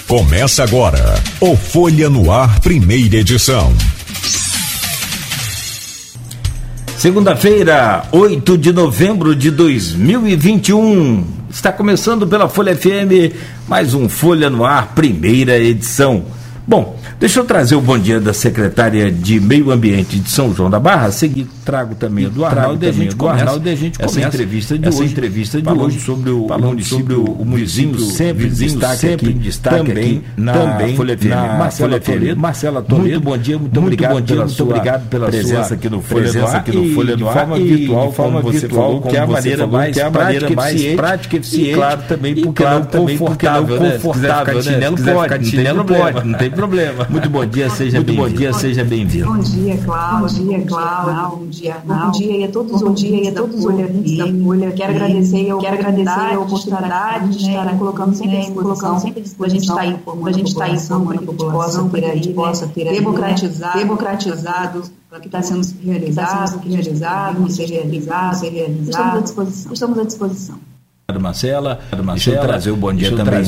Começa agora o Folha no Ar, primeira edição. Segunda-feira, 8 de novembro de 2021. Está começando pela Folha FM, mais um Folha no Ar, primeira edição. Bom, deixa eu trazer o bom dia da secretária de Meio Ambiente de São João da Barra. Seguir, trago também o do Arnaldo e a gente começa essa entrevista de hoje sobre o município sempre em destaque também na Folha FM. Marcela Toledo, muito bom dia, muito obrigado pela presença aqui no Folha no Ar, de forma virtual, que é a maneira mais prática, eficiente, e claro, também porque não confortável, né? Se quiser ficar de chinelo, pode, não tem problema. Muito bom dia, seja bem-vindo. Bom dia, Cláudio. Bom dia a todos os ouvintes da Folha. Quero agradecer a oportunidade de estar colocando sempre à disposição para a gente estar informando para que a gente possa ter democratizado o que está sendo realizado, ser realizado. Estamos à disposição. Marcela, deixa eu trazer o bom dia também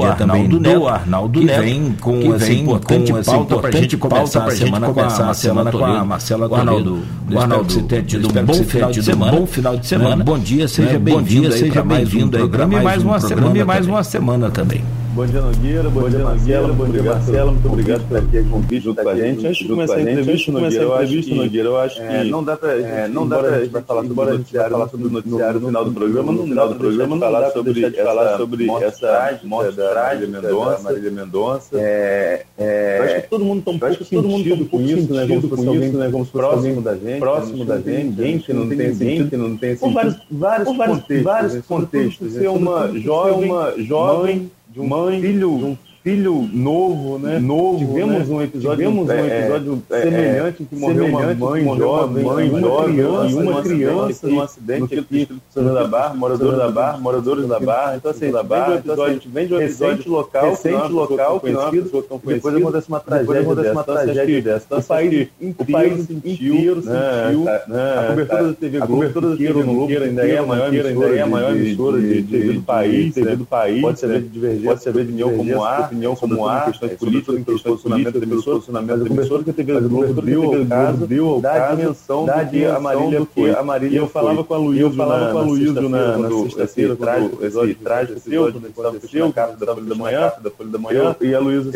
do Arnaldo Neto, que vem com essa importante pauta para a gente começar a semana com a Marcela Toledo. Arnaldo, você tenha tido um bom final de semana. Bom dia, seja bem-vindo para mais um programa e mais uma semana também. Bom dia, Nogueira. Bom dia, Marcela. Bom dia, Marcela. Muito obrigado por aqui o convite junto com a gente. Antes de começar a entrevista, Nogueira, eu acho que não dá pra gente vai falar sobre o noticiário no final do programa. No final do programa, não dá falar sobre essa morte da Marília Mendonça. Eu acho que todo mundo está um pouco sentido com isso, né? Como se fosse próximo da gente. Ninguém que não tem sentido. Por vários contextos. Ser uma jovem de um filho novo, né? Tivemos um episódio semelhante em que morreu uma mãe jovem e uma criança num acidente aqui no São João da Barra, moradores da Barra. Então, assim, a gente vem de um episódio recente local, conhecido, depois acontece uma tragédia dessa. Então, o país inteiro sentiu, a cobertura da TV Globo ainda é a maior emissora de TV do país, pode ser de opinião como há, questões políticas, questões de posicionamento da emissora, mas a cobertura que a TV Globo deu ao caso, da dimensão que a Marília foi. Eu falava com a Luísa na sexta-feira, quando esse episódio aconteceu, na capa da Folha da Manhã, e a Luísa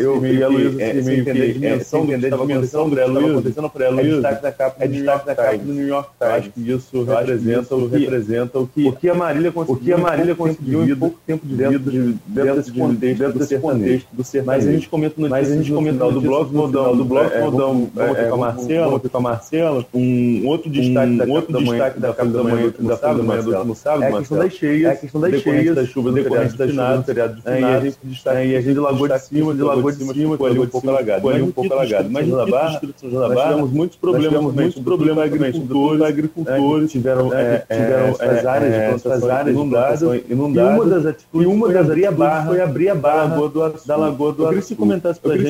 se entender a dimensão do que estava acontecendo para ela, é destaque da capa do New York Times. Acho que isso representa o que a Marília conseguiu em pouco tempo de vida dentro desse contexto do sertanejo. Mas a gente comenta no final do bloco, vamos aqui com a Marcela, um outro destaque da capa da manhã do último sábado, é a questão das cheias, das chuvas do feriado de finados, e a gente de Lagoa de Cima ficou ali um pouco alagado. Mas no Distrito de São João da Barra tivemos muitos problemas agricultores, tiveram as áreas de plantação inundadas, e uma das atitudes foi abrir a barra da Lagoa do Açu. Eu queria que você comentasse pra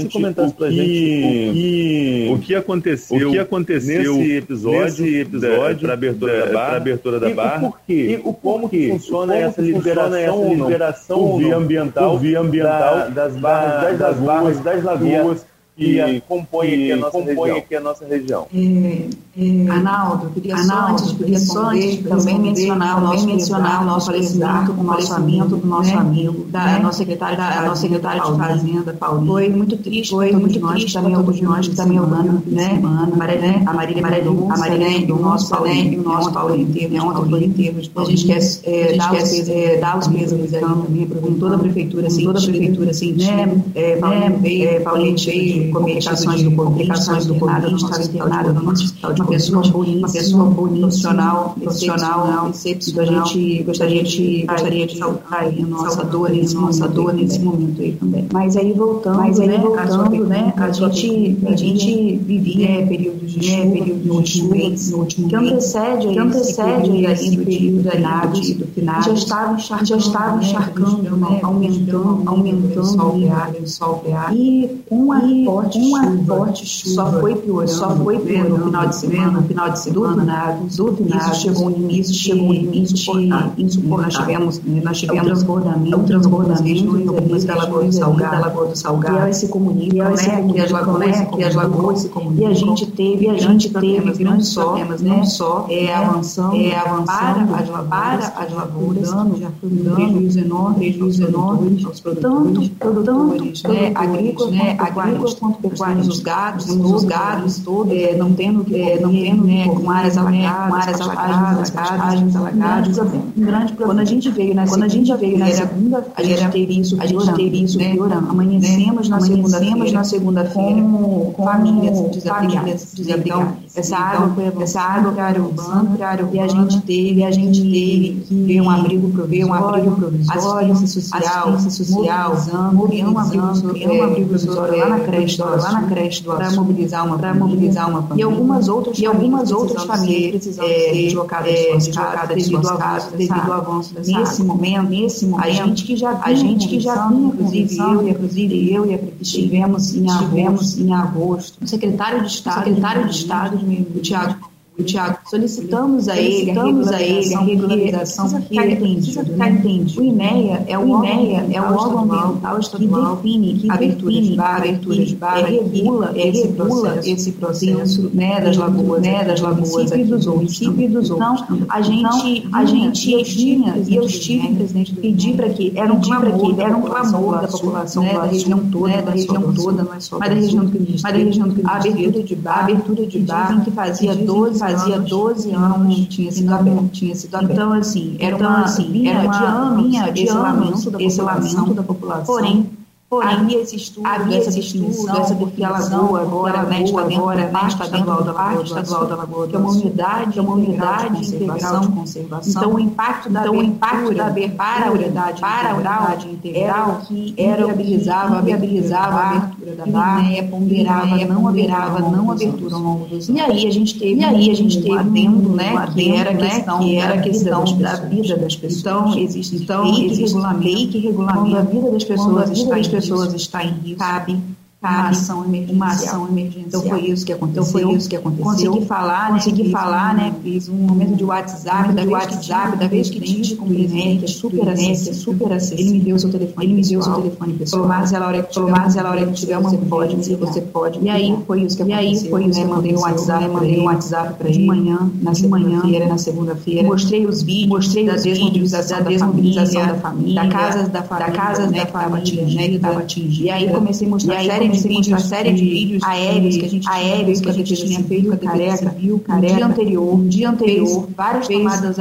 gente o que aconteceu nesse episódio para a abertura da barra e como que funciona essa liberação via ambiental das barras das lagoas que compõem aqui a nossa região. Arnaldo, queria só antes também mencionar o nosso falecimento do nosso amigo, da nossa secretária de Fazenda, Paulinho. Foi muito triste também alguns de nós que também humano, né? A Marília Mendonça, o nosso Paulinho inteiro, ontem foi inteiro. A gente quer dar os pêsames também com toda a prefeitura, assim, né? Paulinho veio complicações do Covid, não estava internada no hospital de uma pessoa boa, profissional, excepcional. A gente gostaria de saltar aí a nossa dor nesse momento aí também. Mas aí voltando, né, a gente vivia períodos de chuva no último mês, que antecede aí do período do final, já estava encharcando, né, aumentando o sol PA, e com a forte chuva, só foi piorando no final de semana, do finado, chegou um limite insuportável. Nós tivemos transbordamento em algumas da Lagoa do Salgado, e elas se comunicam, que as lagoas se comunicam, e a gente teve grandes problemas, não só avançando para as lavouras, já foi um prejuízo enorme aos produtores, agrícolas quanto pecuários, os gados todos, não tendo com áreas alagadas, pastagens alagadas, um grande problema. Quando a gente veio na segunda, a gente teve isso piorando. Amanhecemos na segunda-feira com famílias desabrigadas. Então, essa água foi para o banco, e a gente teve que ver um abrigo provisório, assistência social, criando um abrigo provisório lá na creche do para mobilizar uma família. E algumas outras famílias precisam ser deslocadas de suas casas devido ao avanço dessa água. Nesse momento, a gente que já vinha, inclusive eu e a prefeita, estivemos em agosto, o secretário de Estado, o Tiago, solicitamos a ele a regularização, precisa ficar entendido. O INEA é o órgão ambiental estadual que define abertura de barra, regula esse processo, das lagoas aqui dos outros. Então, a gente vinha, e eu estive em presidente do pedir para que era um clamor da população da região toda, não é só mas da região do Cristo, a abertura de barra que fazia 12 anos tinha sido aberto. Então, assim, vinha de anos esse lamento da população. Porém, havia esse estudo, essa definição, porque a lagoa agora está dentro da lagoa, que é uma unidade integral de conservação. Então, o impacto da abertura para a unidade integral que viabilizava a abertura da barra, não abertura ao longo dos anos. E aí a gente teve um adendo, que era a questão da vida das pessoas. Então, existe lei que regulamenta a vida das pessoas está em risco, cabe uma ação emergencial. Então foi isso que aconteceu. Consegui falar, fiz um momento de WhatsApp, da vez que tive com o presidente, é super acessível. Ele me deu o seu telefone pessoal. Falou, Marcela, a hora que tiver uma você pode. E aí foi isso que aconteceu. Mandei um WhatsApp para ele de manhã, na segunda-feira. Mostrei os vídeos da desmobilização da família, da casa da família, que estava atingida. E aí comecei a mostrar uma série de vídeos aéreos que a gente tinha feito com a Careca, no dia anterior, várias tomadas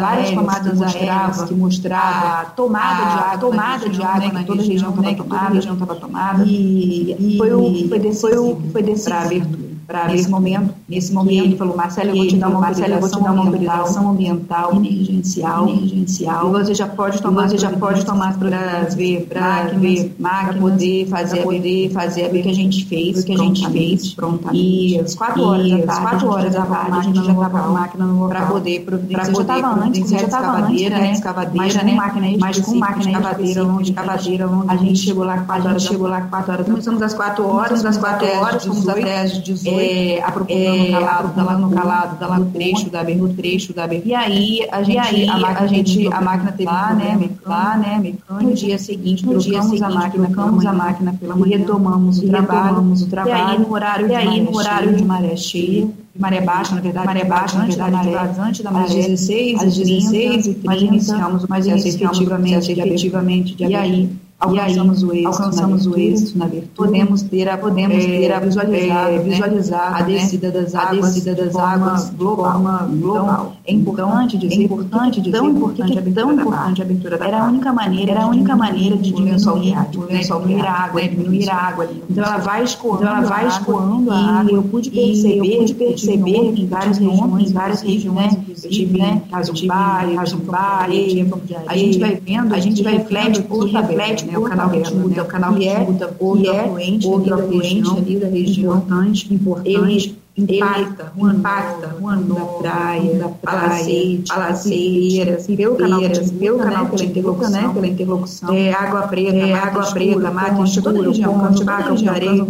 aéreas que mostrava a tomada de água, que toda a região estava tomada, e foi decisivo para a abertura. Nesse momento, ele falou, Marcela, eu vou te dar uma autorização ambiental emergencial, e você já pode tomar para ver máquina, poder fazer o que a gente fez, prontamente. E às 4 horas da tarde, a gente já estava com a máquina no local para poder providenciar. Já estava antes, mas com máquina escavadeira, onde a gente chegou lá 4 horas. Começamos às 4 horas, fomos até às 18. Aprofundando no calado, no trecho da abertura. E aí a máquina teve lá, mecânico. No dia seguinte, trocamos a máquina pela manhã, retomamos o trabalho. E aí no horário de maré cheia, maré baixa, na verdade, antes da maré, às 16h30, mas iniciamos o processo efetivamente de abertura. E aí alcançamos o êxito na abertura. Podemos visualizar a descida das águas global. É importante dizer por que é tão importante a abertura da barra. Era a única maneira de diminuir a água. Então ela vai escoando a água. Eu pude perceber que em várias regiões, eu tive Caso de Baia, Areia, a gente vai vendo, reflete o canal que escuta, outro afluente ali da região, importante. impacta Rua da Praia, Palaceiras, vê o canal pela interlocução, Água Preta, Mata Escura, Campo de Areia,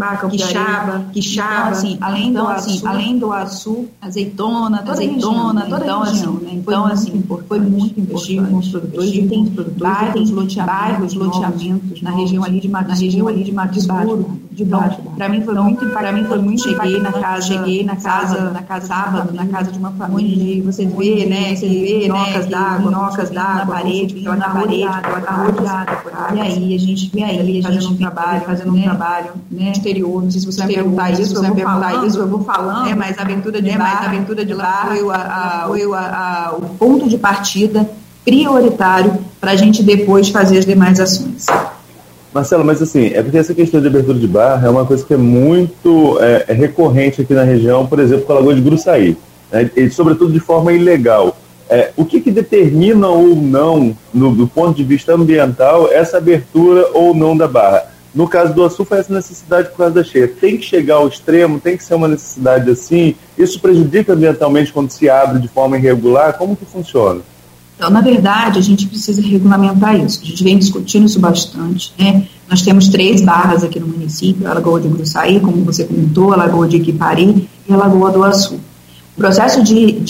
Quixaba, assim, além do Açu, Azeitona, toda a região, né? Então, assim, foi muito importante com os produtores, tem bairros, loteamentos na região ali de Mato Escuro, de baixo. Para mim foi muito. Cheguei na casa sábado, na casa de uma família, você vê, né, minhocas d'água na parede, ela tá rodeada por água. E aí a gente fazendo um trabalho, né, exterior. Não sei se você vai perguntar isso, eu vou falando. Mas a abertura de barra foi o ponto de partida prioritário para a gente depois fazer as demais ações. Marcelo, mas assim, é porque essa questão de abertura de barra é uma coisa que é muito recorrente aqui na região, por exemplo, com a Lagoa de Gruçaí, né, e sobretudo de forma ilegal. O que determina ou não, do ponto de vista ambiental, essa abertura ou não da barra? No caso do Açu, foi essa necessidade por causa da cheia. Tem que chegar ao extremo, tem que ser uma necessidade assim? Isso prejudica ambientalmente quando se abre de forma irregular? Como que funciona? Então, na verdade, a gente precisa regulamentar isso. A gente vem discutindo isso bastante, né? Nós temos 3 barras aqui no município, a Lagoa de Gruçaí, como você comentou, a Lagoa de Iquipari e a Lagoa do Açu. O processo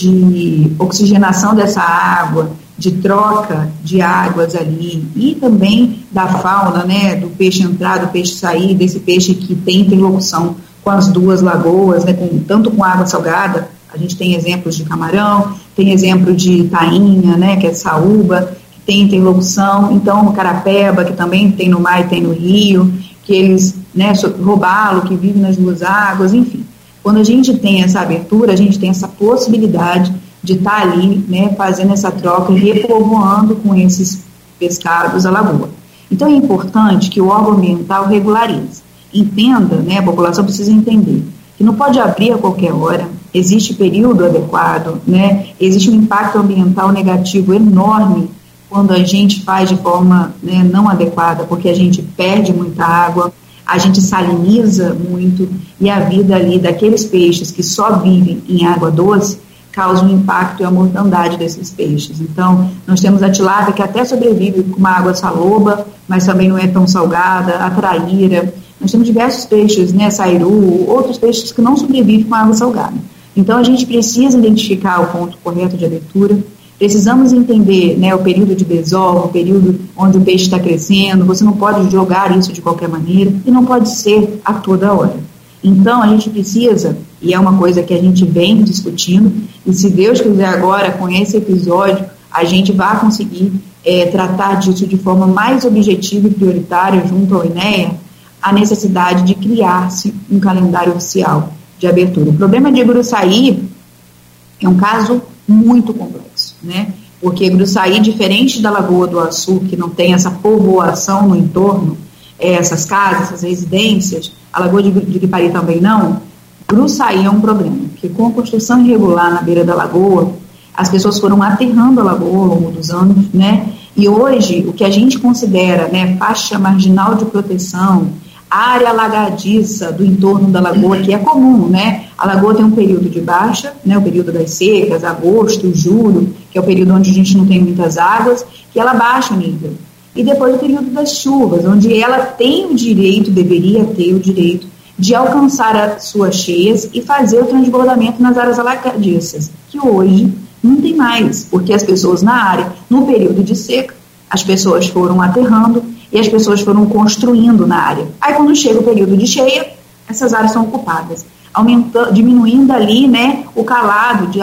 de oxigenação dessa água, de troca de águas ali e também da fauna, né, do peixe entrar, do peixe sair, desse peixe que tem interlocução com as 2 lagoas, né, tanto com água salgada. A gente tem exemplos de camarão, tem exemplo de tainha, né, que é saúba, que tem interlocução. Então, o carapeba, que também tem no mar e tem no rio, que eles, né, robalo, que vive nas 2 águas, enfim. Quando a gente tem essa abertura, a gente tem essa possibilidade de estar ali, né, fazendo essa troca e repovoando com esses pescados a lagoa. Então, é importante que o órgão ambiental regularize. Entenda, né, a população precisa entender que não pode abrir a qualquer hora, existe período adequado, né? Existe um impacto ambiental negativo enorme quando a gente faz de forma, né, não adequada, porque a gente perde muita água, a gente saliniza muito e a vida ali daqueles peixes que só vivem em água doce causa um impacto e a mortandade desses peixes. Então, nós temos a tilápia que até sobrevive com uma água saloba, mas também não é tão salgada, a traíra. Nós temos diversos peixes, né, sairu, outros peixes que não sobrevivem com água salgada. Então, a gente precisa identificar o ponto correto de abertura, precisamos entender, né, o período de desova, o período onde o peixe está crescendo. Você não pode jogar isso de qualquer maneira e não pode ser a toda hora. Então, a gente precisa, e é uma coisa que a gente vem discutindo, e se Deus quiser agora, com esse episódio, a gente vai conseguir tratar disso de forma mais objetiva e prioritária junto ao INEA, a necessidade de criar-se um calendário oficial de abertura. O problema de Gruçaí é um caso muito complexo, né? Porque Gruçaí, diferente da Lagoa do Açu, que não tem essa povoação no entorno, essas casas, essas residências, a Lagoa de Iquipari também não, Gruçaí é um problema, porque com a construção irregular na beira da lagoa, as pessoas foram aterrando a lagoa ao longo dos anos, né? E hoje, o que a gente considera, né, faixa marginal de proteção, área alagadiça do entorno da lagoa, que é comum, né? A lagoa tem um período de baixa, né, o período das secas, agosto, julho, que é o período onde a gente não tem muitas águas, que ela baixa o nível. E depois o período das chuvas, onde ela tem o direito, deveria ter o direito, de alcançar as suas cheias e fazer o transbordamento nas áreas alagadiças, que hoje não tem mais, porque as pessoas na área, no período de seca, as pessoas foram aterrando e as pessoas foram construindo na área. Aí quando chega o período de cheia, essas áreas são ocupadas, diminuindo ali, né, o calado de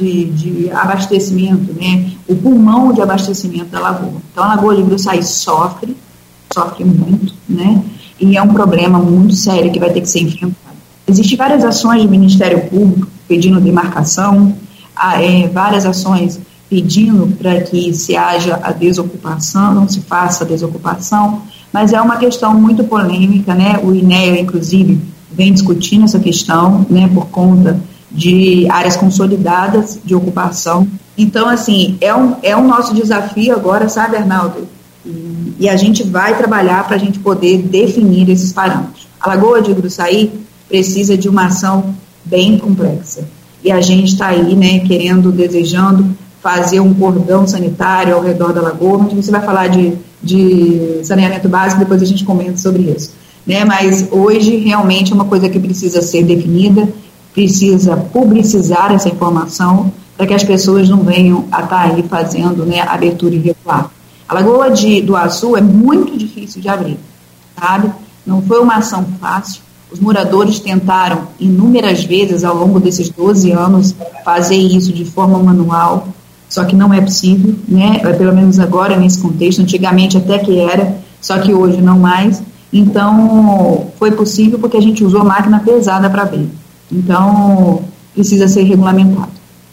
abastecimento, né, o pulmão de abastecimento da lagoa. Então a Lagoa de Gruçaí sofre muito, né, e é um problema muito sério que vai ter que ser enfrentado. Existem várias ações do Ministério Público pedindo demarcação, várias ações pedindo para que se haja a desocupação, não se faça a desocupação, mas é uma questão muito polêmica, né? O INEA, inclusive, vem discutindo essa questão, né, por conta de áreas consolidadas de ocupação. Então, assim, é um nosso desafio agora, sabe, Arnaldo? E a gente vai trabalhar para a gente poder definir esses parâmetros. A Lagoa de Gruçaí precisa de uma ação bem complexa. E a gente está aí, né, desejando fazer um cordão sanitário ao redor da lagoa, onde você vai falar de saneamento básico, depois a gente comenta sobre isso. Né? Mas hoje realmente é uma coisa que precisa ser definida, precisa publicizar essa informação para que as pessoas não venham a estar aí fazendo, né, abertura irregular. A Lagoa do Açu é muito difícil de abrir, sabe? Não foi uma ação fácil. Os moradores tentaram inúmeras vezes ao longo desses 12 anos fazer isso de forma manual, só que não é possível, né? Pelo menos agora nesse contexto, antigamente até que era, só que hoje não mais. Então, foi possível porque a gente usou máquina pesada para abrir. Então, precisa ser regulamentado.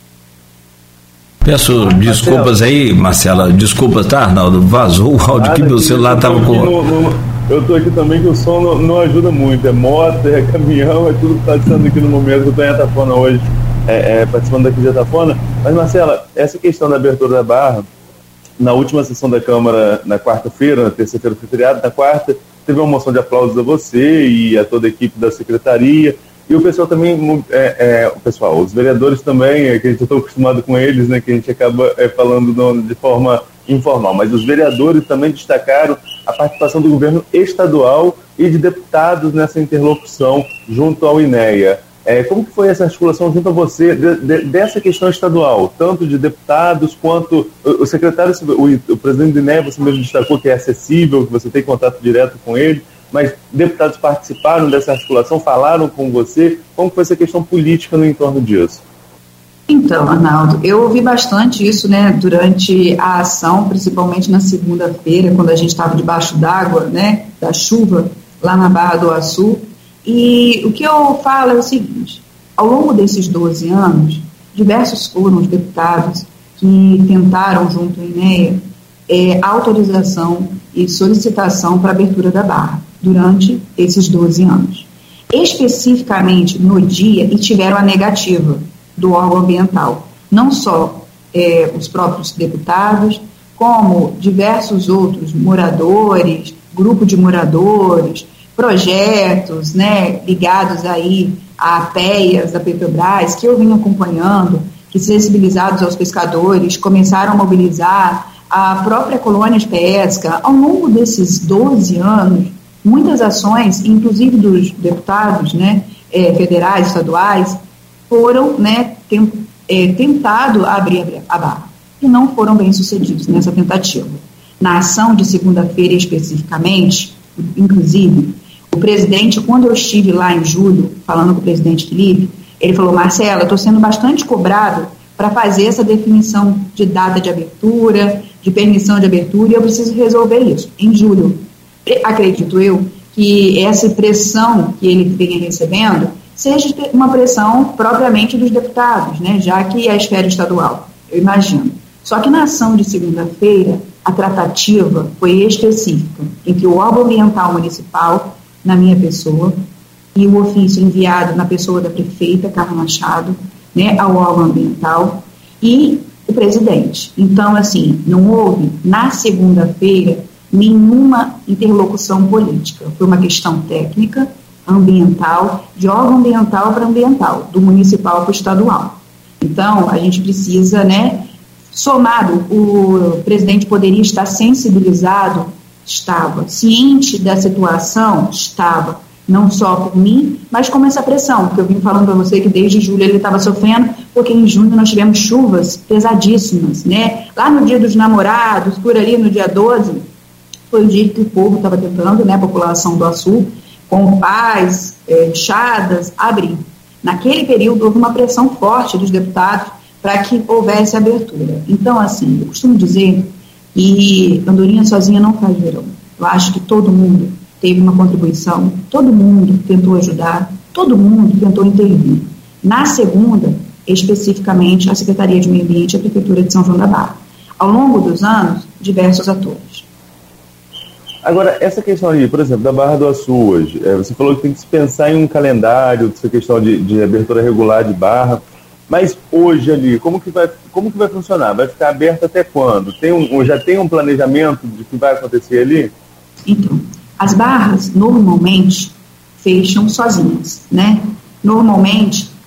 Peço desculpas aí, Marcela. Desculpas, tá, Arnaldo? Vazou o áudio que meu celular estava com... Eu estou aqui também que o som não ajuda muito. É moto, é caminhão, é tudo que está acontecendo aqui no momento. Eu estou em Atafona hoje, participando daqui de Atafona. Mas, Marcela, essa questão da abertura da Barra, na última sessão da Câmara, na quarta-feira, na terça-feira foi feriado, na quarta, teve uma moção de aplausos a você e a toda a equipe da Secretaria. E o pessoal também, os vereadores também, que a gente está acostumado com eles, né, que a gente acaba falando de forma informal, mas os vereadores também destacaram a participação do governo estadual e de deputados nessa interlocução junto ao INEA. Como que foi essa articulação junto a você dessa questão estadual, tanto de deputados quanto o secretário, o presidente do INEA, você mesmo destacou que é acessível, que você tem contato direto com ele, mas deputados participaram dessa articulação, falaram com você. Como foi essa questão política no entorno disso? Então, Arnaldo, eu ouvi bastante isso, né, durante a ação, principalmente na segunda-feira, quando a gente estava debaixo d'água, né, da chuva, lá na Barra do Açu. E o que eu falo é o seguinte: ao longo desses 12 anos, diversos foram os deputados que tentaram, junto ao INEA, autorização e solicitação para a abertura da Barra durante esses 12 anos. Especificamente no dia, e tiveram a negativa do órgão ambiental. Não só os próprios deputados, como diversos outros moradores, grupo de moradores, projetos, né, ligados aí a PEAs da Petrobras, que eu vim acompanhando, que sensibilizados aos pescadores, começaram a mobilizar a própria colônia de pesca. Ao longo desses 12 anos, muitas ações, inclusive dos deputados, né, federais, estaduais, foram, né, tentado abrir a Barra e não foram bem sucedidos nessa tentativa. Na ação de segunda-feira especificamente, inclusive, o presidente, quando eu estive lá em julho, falando com o presidente Felipe, ele falou: Marcela, eu estou sendo bastante cobrado para fazer essa definição de data de abertura, de permissão de abertura, e eu preciso resolver isso em julho. Acredito eu que essa pressão que ele venha recebendo seja uma pressão propriamente dos deputados, né, já que é a esfera estadual, eu imagino. Só que na ação de segunda-feira, a tratativa foi específica entre o órgão ambiental municipal, na minha pessoa, e o ofício enviado na pessoa da prefeita, Carla Machado, né, ao órgão ambiental, e o presidente. Então, assim, não houve, na segunda-feira, nenhuma interlocução política. Foi uma questão técnica, ambiental, de órgão ambiental para ambiental, do municipal para o estadual. Então, a gente precisa, né, somado, o presidente poderia estar sensibilizado, estava, ciente da situação, estava, não só por mim, mas com essa pressão, porque eu vim falando para você que desde julho ele estava sofrendo, porque em junho nós tivemos chuvas pesadíssimas, né? Lá no dia dos namorados, por ali no dia 12, foi o dia que o povo estava tentando, né, a população do Açu, com pás, enxadas, abrir. Naquele período houve uma pressão forte dos deputados para que houvesse abertura. Então, assim, eu costumo dizer que Andorinha sozinha não faz verão. Eu acho que todo mundo teve uma contribuição, todo mundo tentou ajudar, todo mundo tentou intervir. Na segunda, especificamente, a Secretaria de Meio Ambiente e a Prefeitura de São João da Barra. Ao longo dos anos, diversos atores. Agora, essa questão ali, por exemplo, da Barra do Açu hoje, você falou que tem que se pensar em um calendário, essa questão de abertura regular de barra, mas hoje ali, como que vai funcionar? Vai ficar aberto até quando? Já tem um planejamento de que vai acontecer ali? Então, as barras normalmente fecham sozinhas, né? Normalmente,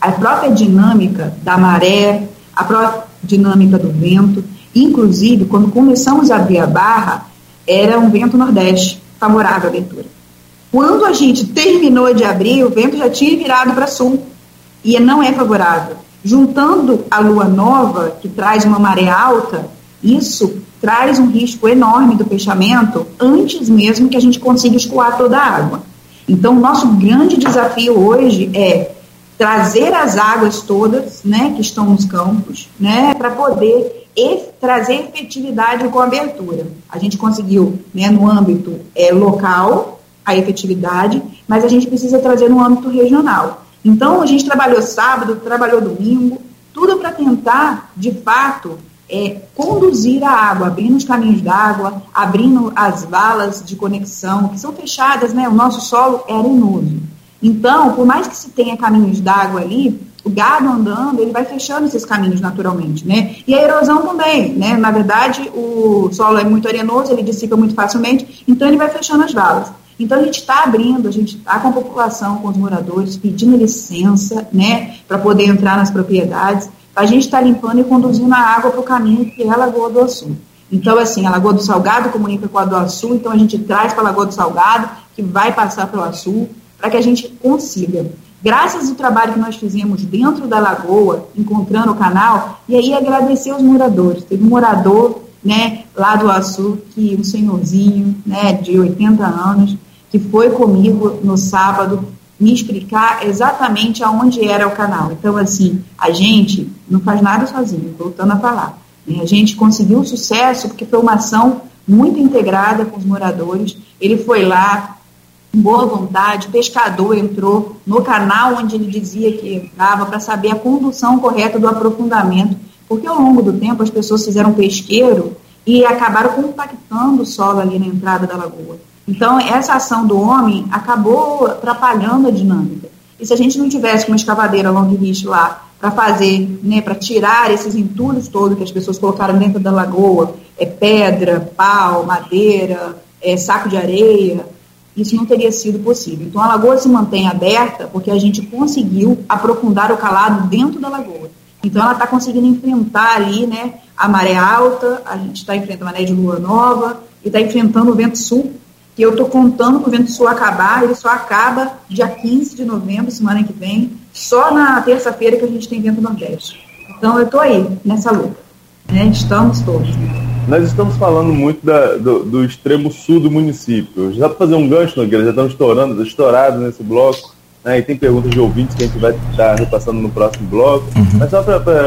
a própria dinâmica da maré, a própria dinâmica do vento. Inclusive, quando começamos a abrir a barra, era um vento nordeste, favorável à abertura. Quando a gente terminou de abrir, o vento já tinha virado para sul, e não é favorável. Juntando a lua nova, que traz uma maré alta, isso traz um risco enorme do fechamento antes mesmo que a gente consiga escoar toda a água. Então, o nosso grande desafio hoje é trazer as águas todas, né, que estão nos campos, né, para poder trazer efetividade com a abertura. A gente conseguiu, né, no âmbito local, a efetividade, mas a gente precisa trazer no âmbito regional. Então, a gente trabalhou sábado, trabalhou domingo, tudo para tentar, de fato, conduzir a água, abrindo os caminhos d'água, abrindo as valas de conexão, que são fechadas, né? O nosso solo é arenoso. Então, por mais que se tenha caminhos d'água ali, o gado andando, ele vai fechando esses caminhos naturalmente, né? E a erosão também, né? Na verdade, o solo é muito arenoso, ele dissipa muito facilmente, então ele vai fechando as valas. Então, a gente está abrindo, a gente está com a população, com os moradores, pedindo licença, né, para poder entrar nas propriedades. A gente está limpando e conduzindo a água para o caminho que é a Lagoa do Açu. Então, assim, a Lagoa do Salgado comunica com a do Açu, então a gente traz para a Lagoa do Salgado, que vai passar para o Açu, para que a gente consiga. Graças ao trabalho que nós fizemos dentro da lagoa, encontrando o canal, e aí agradecer aos moradores. Teve um morador, né, lá do Açu, que um senhorzinho, né, de 80 anos, que foi comigo no sábado me explicar exatamente aonde era o canal. Então, assim, a gente não faz nada sozinho, voltando a falar. A gente conseguiu sucesso porque foi uma ação muito integrada com os moradores. Ele foi lá, com boa vontade, pescador entrou no canal onde ele dizia que entrava para saber a condução correta do aprofundamento, porque ao longo do tempo as pessoas fizeram pesqueiro e acabaram compactando o solo ali na entrada da lagoa. Então, essa ação do homem acabou atrapalhando a dinâmica. E se a gente não tivesse uma escavadeira long reach lá para fazer, né, para tirar esses entulhos todos que as pessoas colocaram dentro da lagoa, pedra, pau, madeira, saco de areia, isso não teria sido possível. Então, a lagoa se mantém aberta porque a gente conseguiu aprofundar o calado dentro da lagoa. Então, ela está conseguindo enfrentar ali, né, a maré alta, a gente está enfrentando a maré de lua nova e está enfrentando o vento sul, que eu estou contando para o vento sul acabar, ele só acaba dia 15 de novembro, semana que vem, só na terça-feira que a gente tem vento nordeste. Então, eu estou aí, nessa luta, né? Estamos todos. Nós estamos falando muito do extremo sul do município. Já para fazer um gancho, Nogueira, já estamos estourados nesse bloco, né? E tem perguntas de ouvintes que a gente vai estar repassando no próximo bloco. Mas só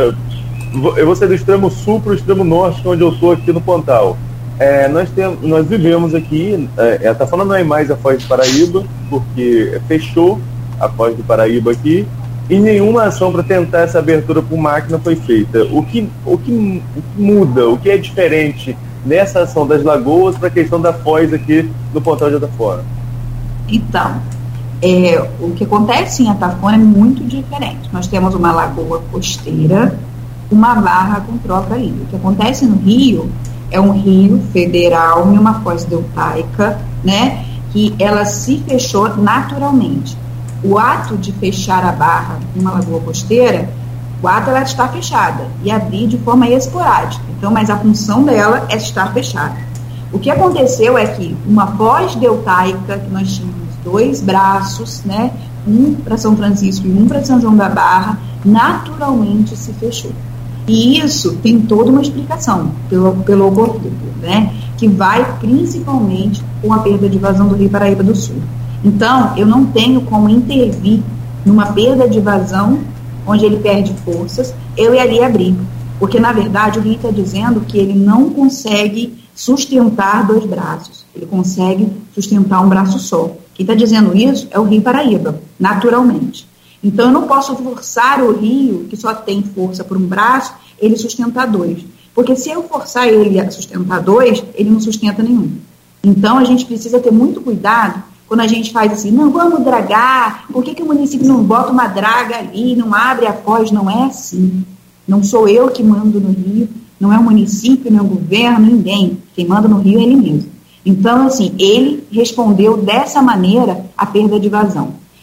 eu vou ser do extremo sul para o extremo norte, onde eu estou aqui no Pontal. Nós vivemos aqui, está falando aí mais a Foz do Paraíba, porque fechou a Foz do Paraíba aqui, e nenhuma ação para tentar essa abertura por máquina foi feita. O que muda, o que é diferente nessa ação das lagoas para a questão da Foz aqui no Pontal de Atafona? Então, o que acontece em Atafona é muito diferente. Nós temos uma lagoa costeira, uma barra com troca ali. O que acontece no Rio é um rio federal e uma foz deltaica, né, que ela se fechou naturalmente. O ato de fechar a barra numa lagoa costeira, o ato ela está fechada e abrir de forma esporádica. Então, mas a função dela é estar fechada. O que aconteceu é que uma foz deltaica, que nós tínhamos 2 braços, né, um para São Francisco e um para São João da Barra, naturalmente se fechou. E isso tem toda uma explicação pelo ocorrido, né, que vai principalmente com a perda de vazão do Rio Paraíba do Sul. Então, eu não tenho como intervir numa perda de vazão, onde ele perde forças, eu ia ali abrir. Porque, na verdade, o Rio está dizendo que ele não consegue sustentar 2 braços, ele consegue sustentar um braço só. Quem está dizendo isso é o Rio Paraíba, naturalmente. Então, eu não posso forçar o rio, que só tem força por um braço, ele sustentar 2. Porque se eu forçar ele a sustentar 2, ele não sustenta nenhum. Então, a gente precisa ter muito cuidado quando a gente faz assim, não, vamos dragar, por que o município não bota uma draga ali, não abre a foz? Não é assim. Não sou eu que mando no rio, não é o município, não é o governo, ninguém. Quem manda no rio é ele mesmo. Então, assim, ele respondeu dessa maneira a perda de vazão.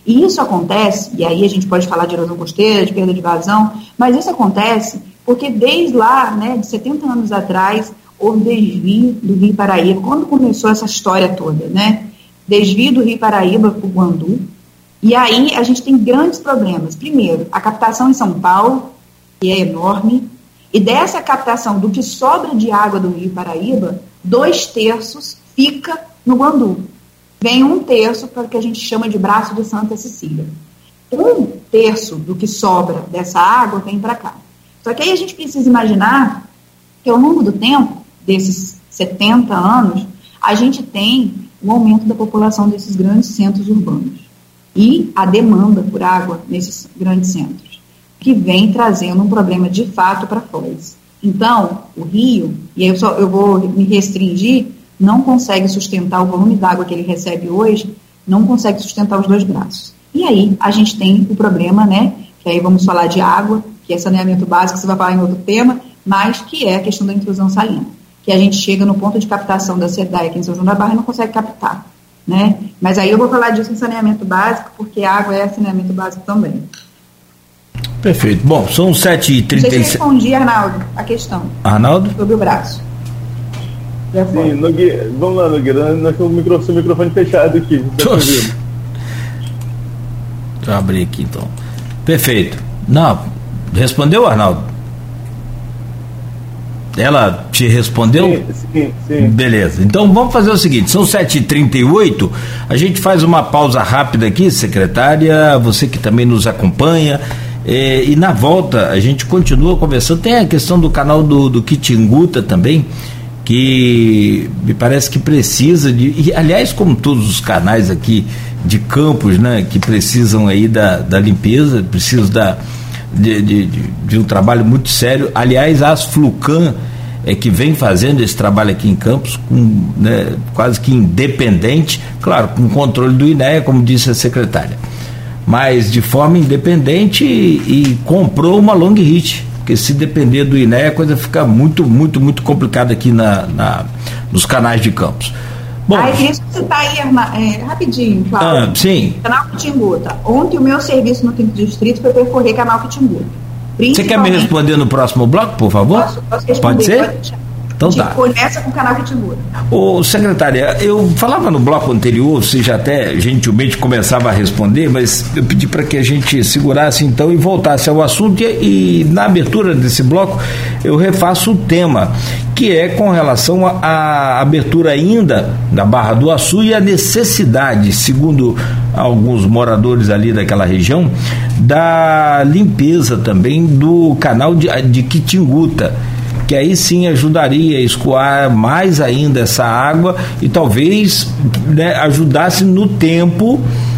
E isso acontece, e aí a gente pode falar de erosão costeira, de perda de vazão, mas isso acontece porque desde lá, né, de 70 anos atrás, houve desvio do Rio Paraíba, quando começou essa história toda, né? Desvio do Rio Paraíba para o Guandu, e aí a gente tem grandes problemas. Primeiro, a captação em São Paulo, que é enorme, e dessa captação do que sobra de água do Rio Paraíba, 2/3 fica no Guandu. Vem 1/3 para o que a gente chama de braço de Santa Cecília. 1/3 do que sobra dessa água vem para cá. Só que aí a gente precisa imaginar que ao longo do tempo, desses 70 anos, a gente tem um aumento da população desses grandes centros urbanos e a demanda por água nesses grandes centros, que vem trazendo um problema de fato para Foz. Então, o rio, e aí eu vou me restringir, não consegue sustentar o volume d'água que ele recebe hoje, não consegue sustentar os 2 braços. E aí a gente tem o problema, né, que aí vamos falar de água, que é saneamento básico, você vai falar em outro tema, mas que é a questão da intrusão salina, que a gente chega no ponto de captação da SEDAI aqui em São João da Barra e não consegue captar, né? Mas aí eu vou falar disso em saneamento básico, porque a água é saneamento básico também. Perfeito. Bom, são 7h37. Você respondi, Arnaldo, a questão. Arnaldo? Sobre o braço. Sim, Nogueira, vamos lá, Nogueira, nós temos o microfone fechado aqui. Deixa eu abrir aqui, então. Perfeito. Não, respondeu, Arnaldo? Ela te respondeu? Sim. Beleza, então vamos fazer o seguinte, são 7h38, a gente faz uma pausa rápida aqui, secretária, você que também nos acompanha, e na volta a gente continua conversando. Tem a questão do canal do Quitinguta também, que me parece que precisa e aliás, como todos os canais aqui de Campos, né, que precisam aí da limpeza, precisam de um trabalho muito sério. Aliás, a Asflucan que vem fazendo esse trabalho aqui em Campos, né, quase que independente, claro, com controle do INEA, como disse a secretária, mas de forma independente e comprou uma long hit, porque se depender do INEA a coisa fica muito, muito, muito complicada aqui nos canais de Campos. Bom, isso você está aí, rapidinho, Cláudio. Sim. Canal Quitinguta. Ontem o meu serviço no 5º Distrito foi percorrer Canal Quitinguta. Você quer me responder no próximo bloco, por favor? Posso responder? Pode ser? Então tá. Começa com o Canal Quitinguta. Ô, secretária, eu falava no bloco anterior, você já até gentilmente começava a responder, mas eu pedi para que a gente segurasse então e voltasse ao assunto e na abertura desse bloco eu refaço o tema, que é com relação à abertura ainda da Barra do Açu e a necessidade, segundo alguns moradores ali daquela região, da limpeza também do canal de Quitinguta, que aí sim ajudaria a escoar mais ainda essa água e talvez, né, ajudasse no tempo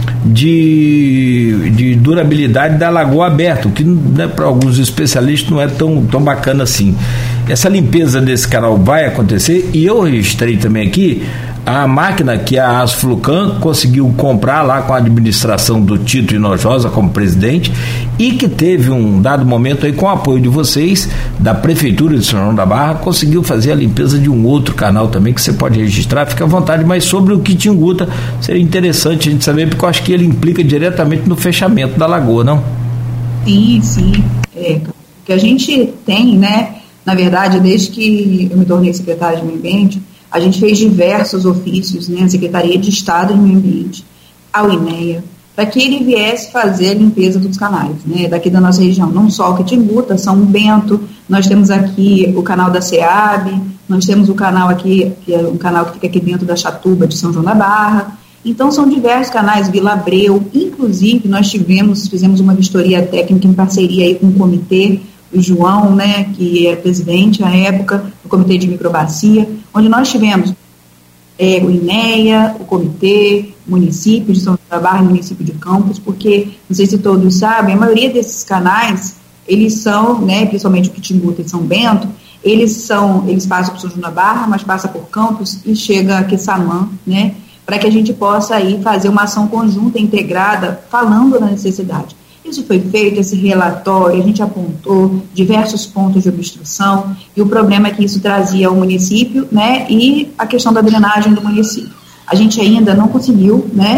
de durabilidade da Lagoa Aberta, o que, né, para alguns especialistas não é tão bacana assim. Essa limpeza desse canal vai acontecer e eu registrei também aqui a máquina que a Asflucan conseguiu comprar lá com a administração do Tito Hinojosa como presidente e que teve um dado momento aí com o apoio de vocês, da Prefeitura de São João da Barra, conseguiu fazer a limpeza de um outro canal também que você pode registrar, fica à vontade, mas sobre o Quitinguta seria interessante a gente saber, porque eu acho que ele implica diretamente no fechamento da lagoa, não? Sim. O que a gente tem, né, na verdade, desde que eu me tornei secretária de Meio Ambiente, a gente fez diversos ofícios, né, a Secretaria de Estado de Meio Ambiente, ao INEA, para que ele viesse fazer a limpeza dos canais, né, daqui da nossa região, não só o Quitinguta, São Bento, nós temos aqui o canal da SEAB, nós temos o canal aqui, que é um canal que fica aqui dentro da Chatuba de São João da Barra, então são diversos canais, Vila Abreu, inclusive nós fizemos uma vistoria técnica em parceria aí com o comitê, o João, né, que era presidente à época, do Comitê de Microbacia, onde nós tivemos o INEA, o comitê, o município de São João da Barra e o município de Campos, porque, não sei se todos sabem, a maioria desses canais, eles são, né, principalmente o Quitinguta e São Bento, eles passam por São João da Barra, mas passa por Campos e chega a Quissamã, né, para que a gente possa aí fazer uma ação conjunta, integrada, falando da necessidade. Isso foi feito, esse relatório, a gente apontou diversos pontos de obstrução e o problema é que isso trazia ao município, né, e a questão da drenagem do município. A gente ainda não conseguiu, né,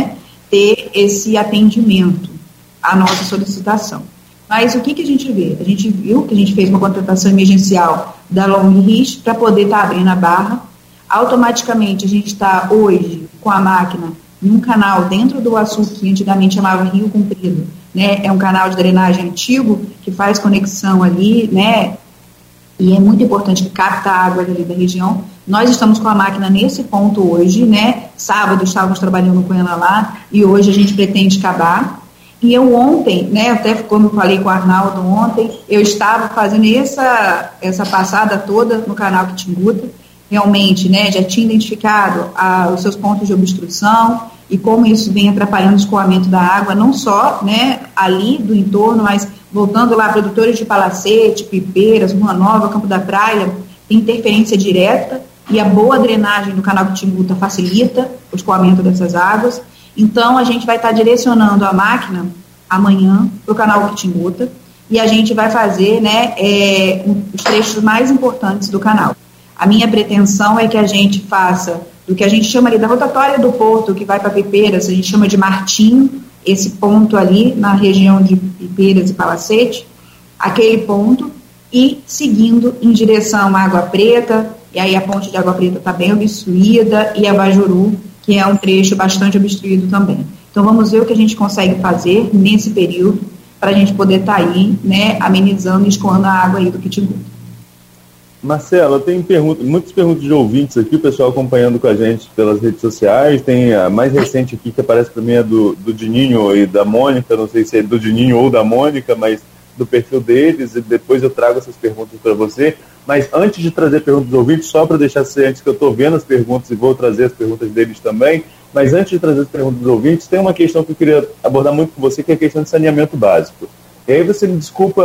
ter esse atendimento à nossa solicitação. Mas o que a gente vê? A gente viu que a gente fez uma contratação emergencial da Long Ridge para poder estar abrindo a barra. Automaticamente a gente está hoje com a máquina num canal dentro do Açu, que antigamente chamava Rio Comprido, né? É um canal de drenagem antigo que faz conexão ali, né? E é muito importante que capta a água ali da região. Nós estamos com a máquina nesse ponto hoje, né? Sábado estávamos trabalhando com ela lá e hoje a gente pretende acabar. E eu ontem, né, até como eu falei com o Arnaldo ontem, eu estava fazendo essa passada toda no canal Quitinguta, realmente, né, já tinha identificado os seus pontos de obstrução e como isso vem atrapalhando o escoamento da água, não só, né, ali do entorno, mas voltando lá, produtores de Palacete, Pipeiras, Rua Nova, Campo da Praia, tem interferência direta e a boa drenagem do canal Quitinguta facilita o escoamento dessas águas. Então, a gente vai estar direcionando a máquina amanhã para o canal Quitinguta e a gente vai fazer, né, os trechos mais importantes do canal. A minha pretensão é que a gente faça do que a gente chama ali da rotatória do porto, que vai para Pipeiras, a gente chama de Martim, esse ponto ali na região de Pipeiras e Palacete, aquele ponto, e seguindo em direção à Água Preta, e aí a ponte de Água Preta está bem obstruída, e a Bajuru, que é um trecho bastante obstruído também. Então, vamos ver o que a gente consegue fazer nesse período para a gente poder estar aí, né, amenizando e escoando a água aí do Quitinguta. Marcela, tem muitas perguntas de ouvintes aqui, o pessoal acompanhando com a gente pelas redes sociais. Tem a mais recente aqui que aparece para mim é do Dininho e da Mônica, não sei se é do Dininho ou da Mônica, mas do perfil deles, e depois eu trago essas perguntas para você. Mas antes de trazer perguntas dos ouvintes, só para deixar ciente que eu estou vendo as perguntas e vou trazer as perguntas deles também, mas antes de trazer as perguntas dos ouvintes, tem uma questão que eu queria abordar muito com você, que é a questão de saneamento básico. E aí você me desculpa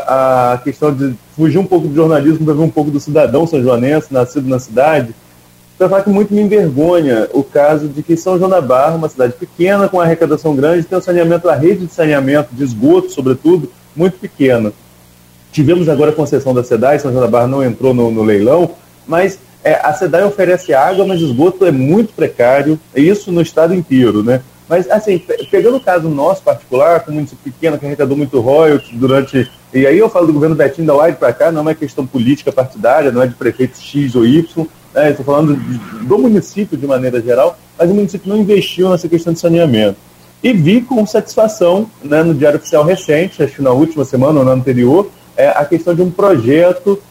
a questão de fugir um pouco do jornalismo para ver um pouco do cidadão são-joanense, nascido na cidade, para falar que muito me envergonha o caso de que São João da Barra, uma cidade pequena, com arrecadação grande, tem um saneamento, a rede de saneamento, de esgoto, sobretudo, muito pequena. Tivemos agora a concessão da SEDAI, São João da Barra não entrou no leilão, mas a SEDAI oferece água, mas o esgoto é muito precário, isso no estado inteiro, né? Mas, assim, pegando o caso nosso particular, com um município pequeno que arrecadou muito royalties durante... E aí eu falo do governo Betinho da Uai para cá, não é uma questão política partidária, não é de prefeito X ou Y, né? Estou falando do município de maneira geral, mas o município não investiu nessa questão de saneamento. E vi com satisfação, né, no Diário Oficial recente, acho que na última semana ou no ano anterior, a questão de um projeto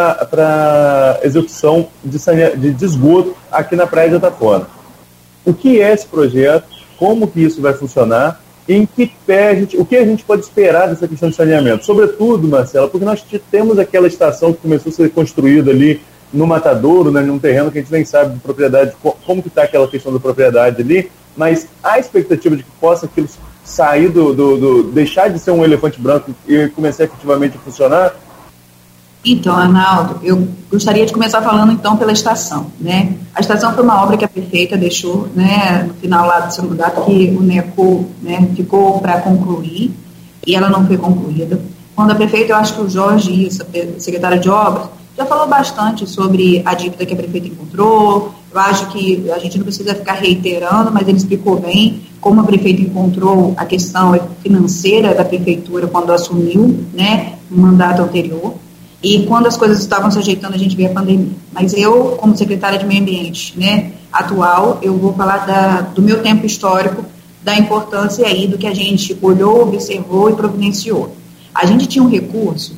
para execução de esgoto aqui na Praia de Atafona. O que é esse projeto? Como que isso vai funcionar? Em que pé o que a gente pode esperar dessa questão de saneamento? Sobretudo, Marcela, porque nós temos aquela estação que começou a ser construída ali no Matadouro, né, num terreno que a gente nem sabe de propriedade, como que está aquela questão da propriedade ali, mas há expectativa de que possa aquilo sair deixar de ser um elefante branco e começar efetivamente a funcionar? Então, Arnaldo, eu gostaria de começar falando então pela estação, né? A estação foi uma obra que a prefeita deixou, né, no final lá do seu mandato, que o NECO, né, ficou para concluir e ela não foi concluída. Quando a prefeita, eu acho que o Jorge Issa, secretário de obras, já falou bastante sobre a dívida que a prefeita encontrou. Eu acho que a gente não precisa ficar reiterando, mas ele explicou bem como a prefeita encontrou a questão financeira da prefeitura quando assumiu, né, no mandato anterior. E quando as coisas estavam se ajeitando, a gente veio a pandemia. Mas eu, como secretária de Meio Ambiente, né, atual, eu vou falar do meu tempo histórico, da importância aí do que a gente olhou, observou e providenciou. A gente tinha um recurso,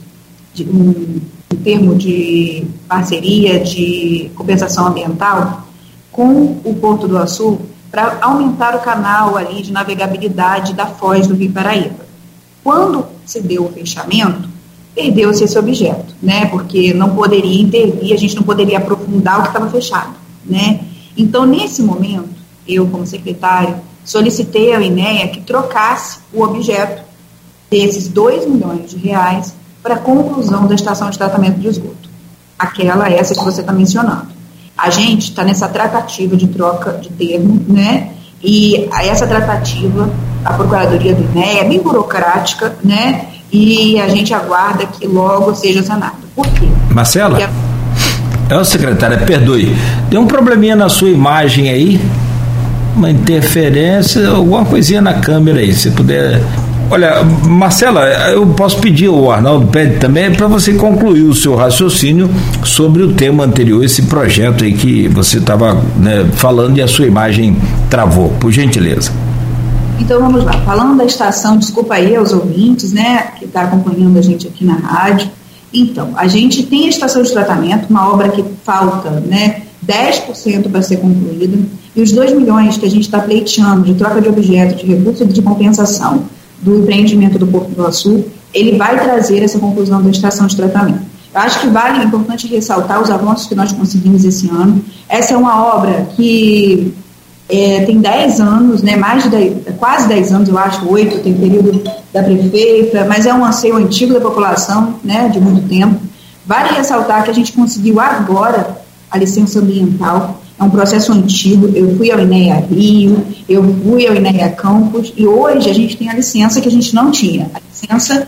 em termos de parceria, de compensação ambiental, com o Porto do Açu, para aumentar o canal ali de navegabilidade da foz do Rio Paraíba. Quando se deu o fechamento, perdeu-se esse objeto, né, porque não poderia intervir, a gente não poderia aprofundar o que estava fechado, né. Então, nesse momento, eu, como secretário, solicitei ao INEA que trocasse o objeto desses R$2 milhões para a conclusão da estação de tratamento de esgoto, essa que você está mencionando. A gente está nessa tratativa de troca de termo, né, e essa tratativa, a Procuradoria do INEA é bem burocrática, né, e a gente aguarda que logo seja sanado. Por quê? Marcela, secretária, perdoe, tem um probleminha na sua imagem aí? uma interferência, alguma coisinha na câmera aí, se puder. Olha, Marcela, eu posso pedir, o Arnaldo pede também, para você concluir o seu raciocínio sobre o tema anterior, esse projeto aí que você estava, né, falando e a sua imagem travou, por gentileza. Então vamos lá, falando da estação, desculpa aí aos ouvintes, né, que está acompanhando a gente aqui na rádio. Então, a gente tem a estação de tratamento, uma obra que falta, né, 10% para ser concluída, e os 2 milhões que a gente está pleiteando de troca de objetos, de recurso de compensação do empreendimento do Porto do Açu, ele vai trazer essa conclusão da estação de tratamento. Eu acho que é importante ressaltar os avanços que nós conseguimos esse ano. Essa é uma obra que tem 10 anos, né, quase 10 anos, eu acho, 8, tem período da prefeita, mas é um anseio antigo da população, né, de muito tempo. Vale ressaltar que a gente conseguiu agora a licença ambiental, é um processo antigo. Eu fui ao INEA Rio, eu fui ao INEA Campos, e hoje a gente tem a licença que a gente não tinha, a licença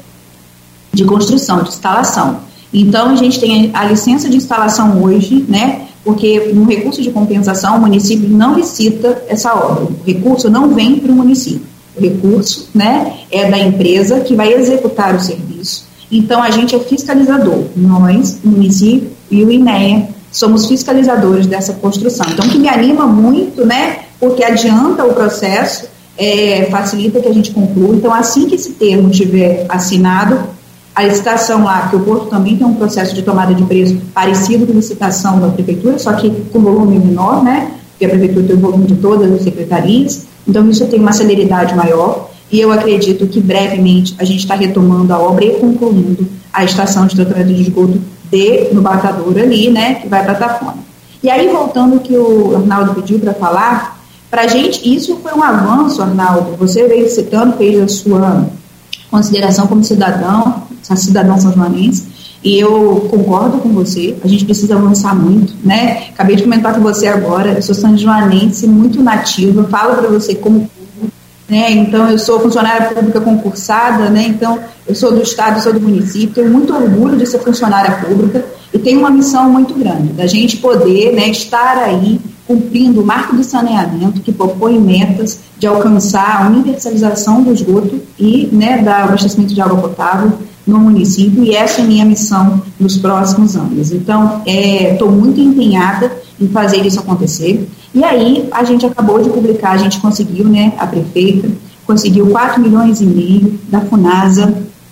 de construção, de instalação. Então, a gente tem a licença de instalação hoje, né, porque no recurso de compensação o município não licita essa obra, o recurso não vem para o município, o recurso, né, é da empresa que vai executar o serviço. Então, a gente é fiscalizador, nós, o município e o INEA, somos fiscalizadores dessa construção. Então, o que me anima muito, né, porque adianta o processo, facilita que a gente conclua. Então, assim que esse termo estiver assinado, a licitação lá, que o Porto também tem um processo de tomada de preço parecido com a licitação da Prefeitura, só que com volume menor, né, porque a Prefeitura tem o volume de todas as secretarias, então isso tem uma celeridade maior, e eu acredito que brevemente a gente está retomando a obra e concluindo a estação de tratamento de esgoto no Batadouro ali, né, que vai para Tafona. E aí, voltando ao que o Arnaldo pediu para falar, para a gente, isso foi um avanço, Arnaldo, você veio citando, fez a sua consideração como cidadão são-joanense, e eu concordo com você, a gente precisa avançar muito, né, acabei de comentar com você agora, eu sou são-joanense, muito nativa, falo para você como né, então eu sou funcionária pública concursada, né, então eu sou do estado, sou do município, tenho muito orgulho de ser funcionária pública e tenho uma missão muito grande, da gente poder, né, estar aí cumprindo o marco de saneamento que propõe metas de alcançar a universalização do esgoto e, né, do abastecimento de água potável no município, e essa é a minha missão nos próximos anos. Então, estou muito empenhada em fazer isso acontecer. E aí, a gente acabou de publicar, a gente conseguiu, né, a prefeita conseguiu 4,5 milhões da Funasa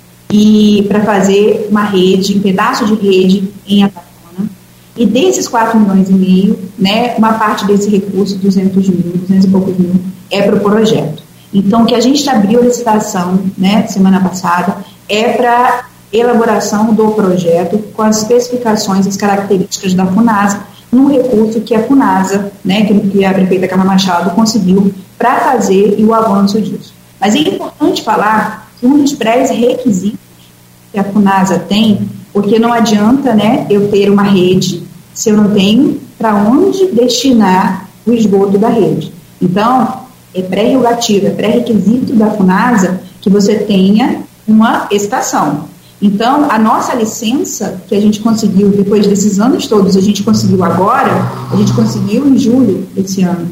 e para fazer uma rede, um pedaço de rede em Atacona. E desses 4,5 milhões, né, uma parte desse recurso, 200 e poucos mil, é para o projeto. Então, o que a gente abriu a licitação, né, semana passada, é para elaboração do projeto com as especificações, as características da Funasa, num recurso que a Funasa, né, que a prefeita Carla Machado conseguiu para fazer e o avanço disso. Mas é importante falar que um dos pré-requisitos que a Funasa tem, porque não adianta, né, eu ter uma rede se eu não tenho para onde destinar o esgoto da rede. Então, é pré-rogativa, é pré-requisito da Funasa que você tenha uma estação. Então, a nossa licença que a gente conseguiu depois desses anos todos, a gente conseguiu agora, a gente conseguiu em julho desse ano.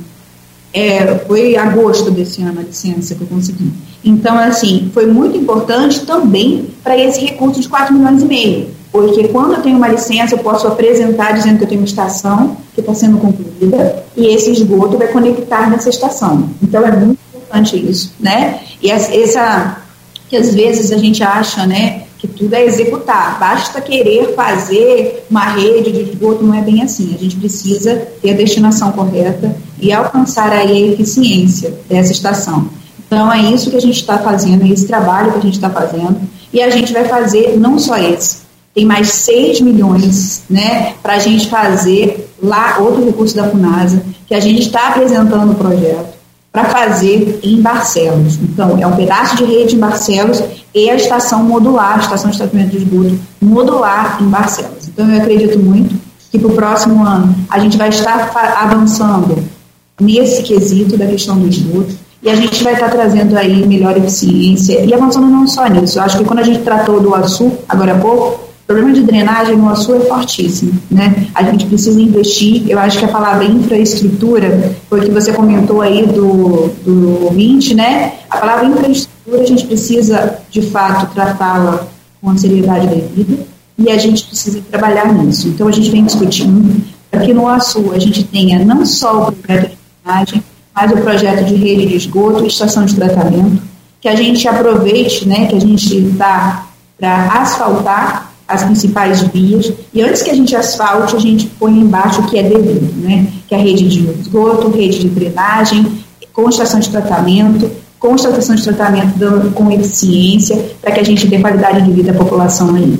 Foi agosto desse ano a licença que eu consegui. Então, assim, foi muito importante também para esse recurso de 4,5 milhões, porque quando eu tenho uma licença, eu posso apresentar dizendo que eu tenho uma estação que está sendo concluída e esse esgoto vai conectar nessa estação. Então, é muito importante isso, né? E que às vezes a gente acha, né, que tudo é executar, basta querer fazer uma rede de esgoto, não é bem assim, a gente precisa ter a destinação correta e alcançar aí a eficiência dessa estação. Então é isso que a gente está fazendo, é esse trabalho que a gente está fazendo, e a gente vai fazer não só esse, tem mais 6 milhões, né, para a gente fazer lá outro recurso da Funasa, que a gente está apresentando o projeto, para fazer em Barcelos. Então, é um pedaço de rede em Barcelos e a estação modular, a estação de tratamento de esgoto modular em Barcelos. Então, eu acredito muito que para o próximo ano a gente vai estar avançando nesse quesito da questão do esgoto e a gente vai estar trazendo aí melhor eficiência e avançando não só nisso. Eu acho que quando a gente tratou do Açu, agora há pouco, problema de drenagem no Açu é fortíssimo, né? A gente precisa investir. Eu acho que a palavra infraestrutura foi o que você comentou aí do ouvinte, né? A palavra infraestrutura a gente precisa, de fato, tratá-la com a seriedade devida e a gente precisa trabalhar nisso. Então, a gente vem discutindo para que no Açu a gente tenha não só o projeto de drenagem, mas o projeto de rede de esgoto e estação de tratamento, que a gente aproveite, né, que a gente dá para asfaltar as principais vias, e antes que a gente asfalte, a gente põe embaixo o que é devido, né, que é a rede de esgoto, rede de drenagem, com estação de tratamento, com estação de tratamento com eficiência, para que a gente dê qualidade de vida à população aí.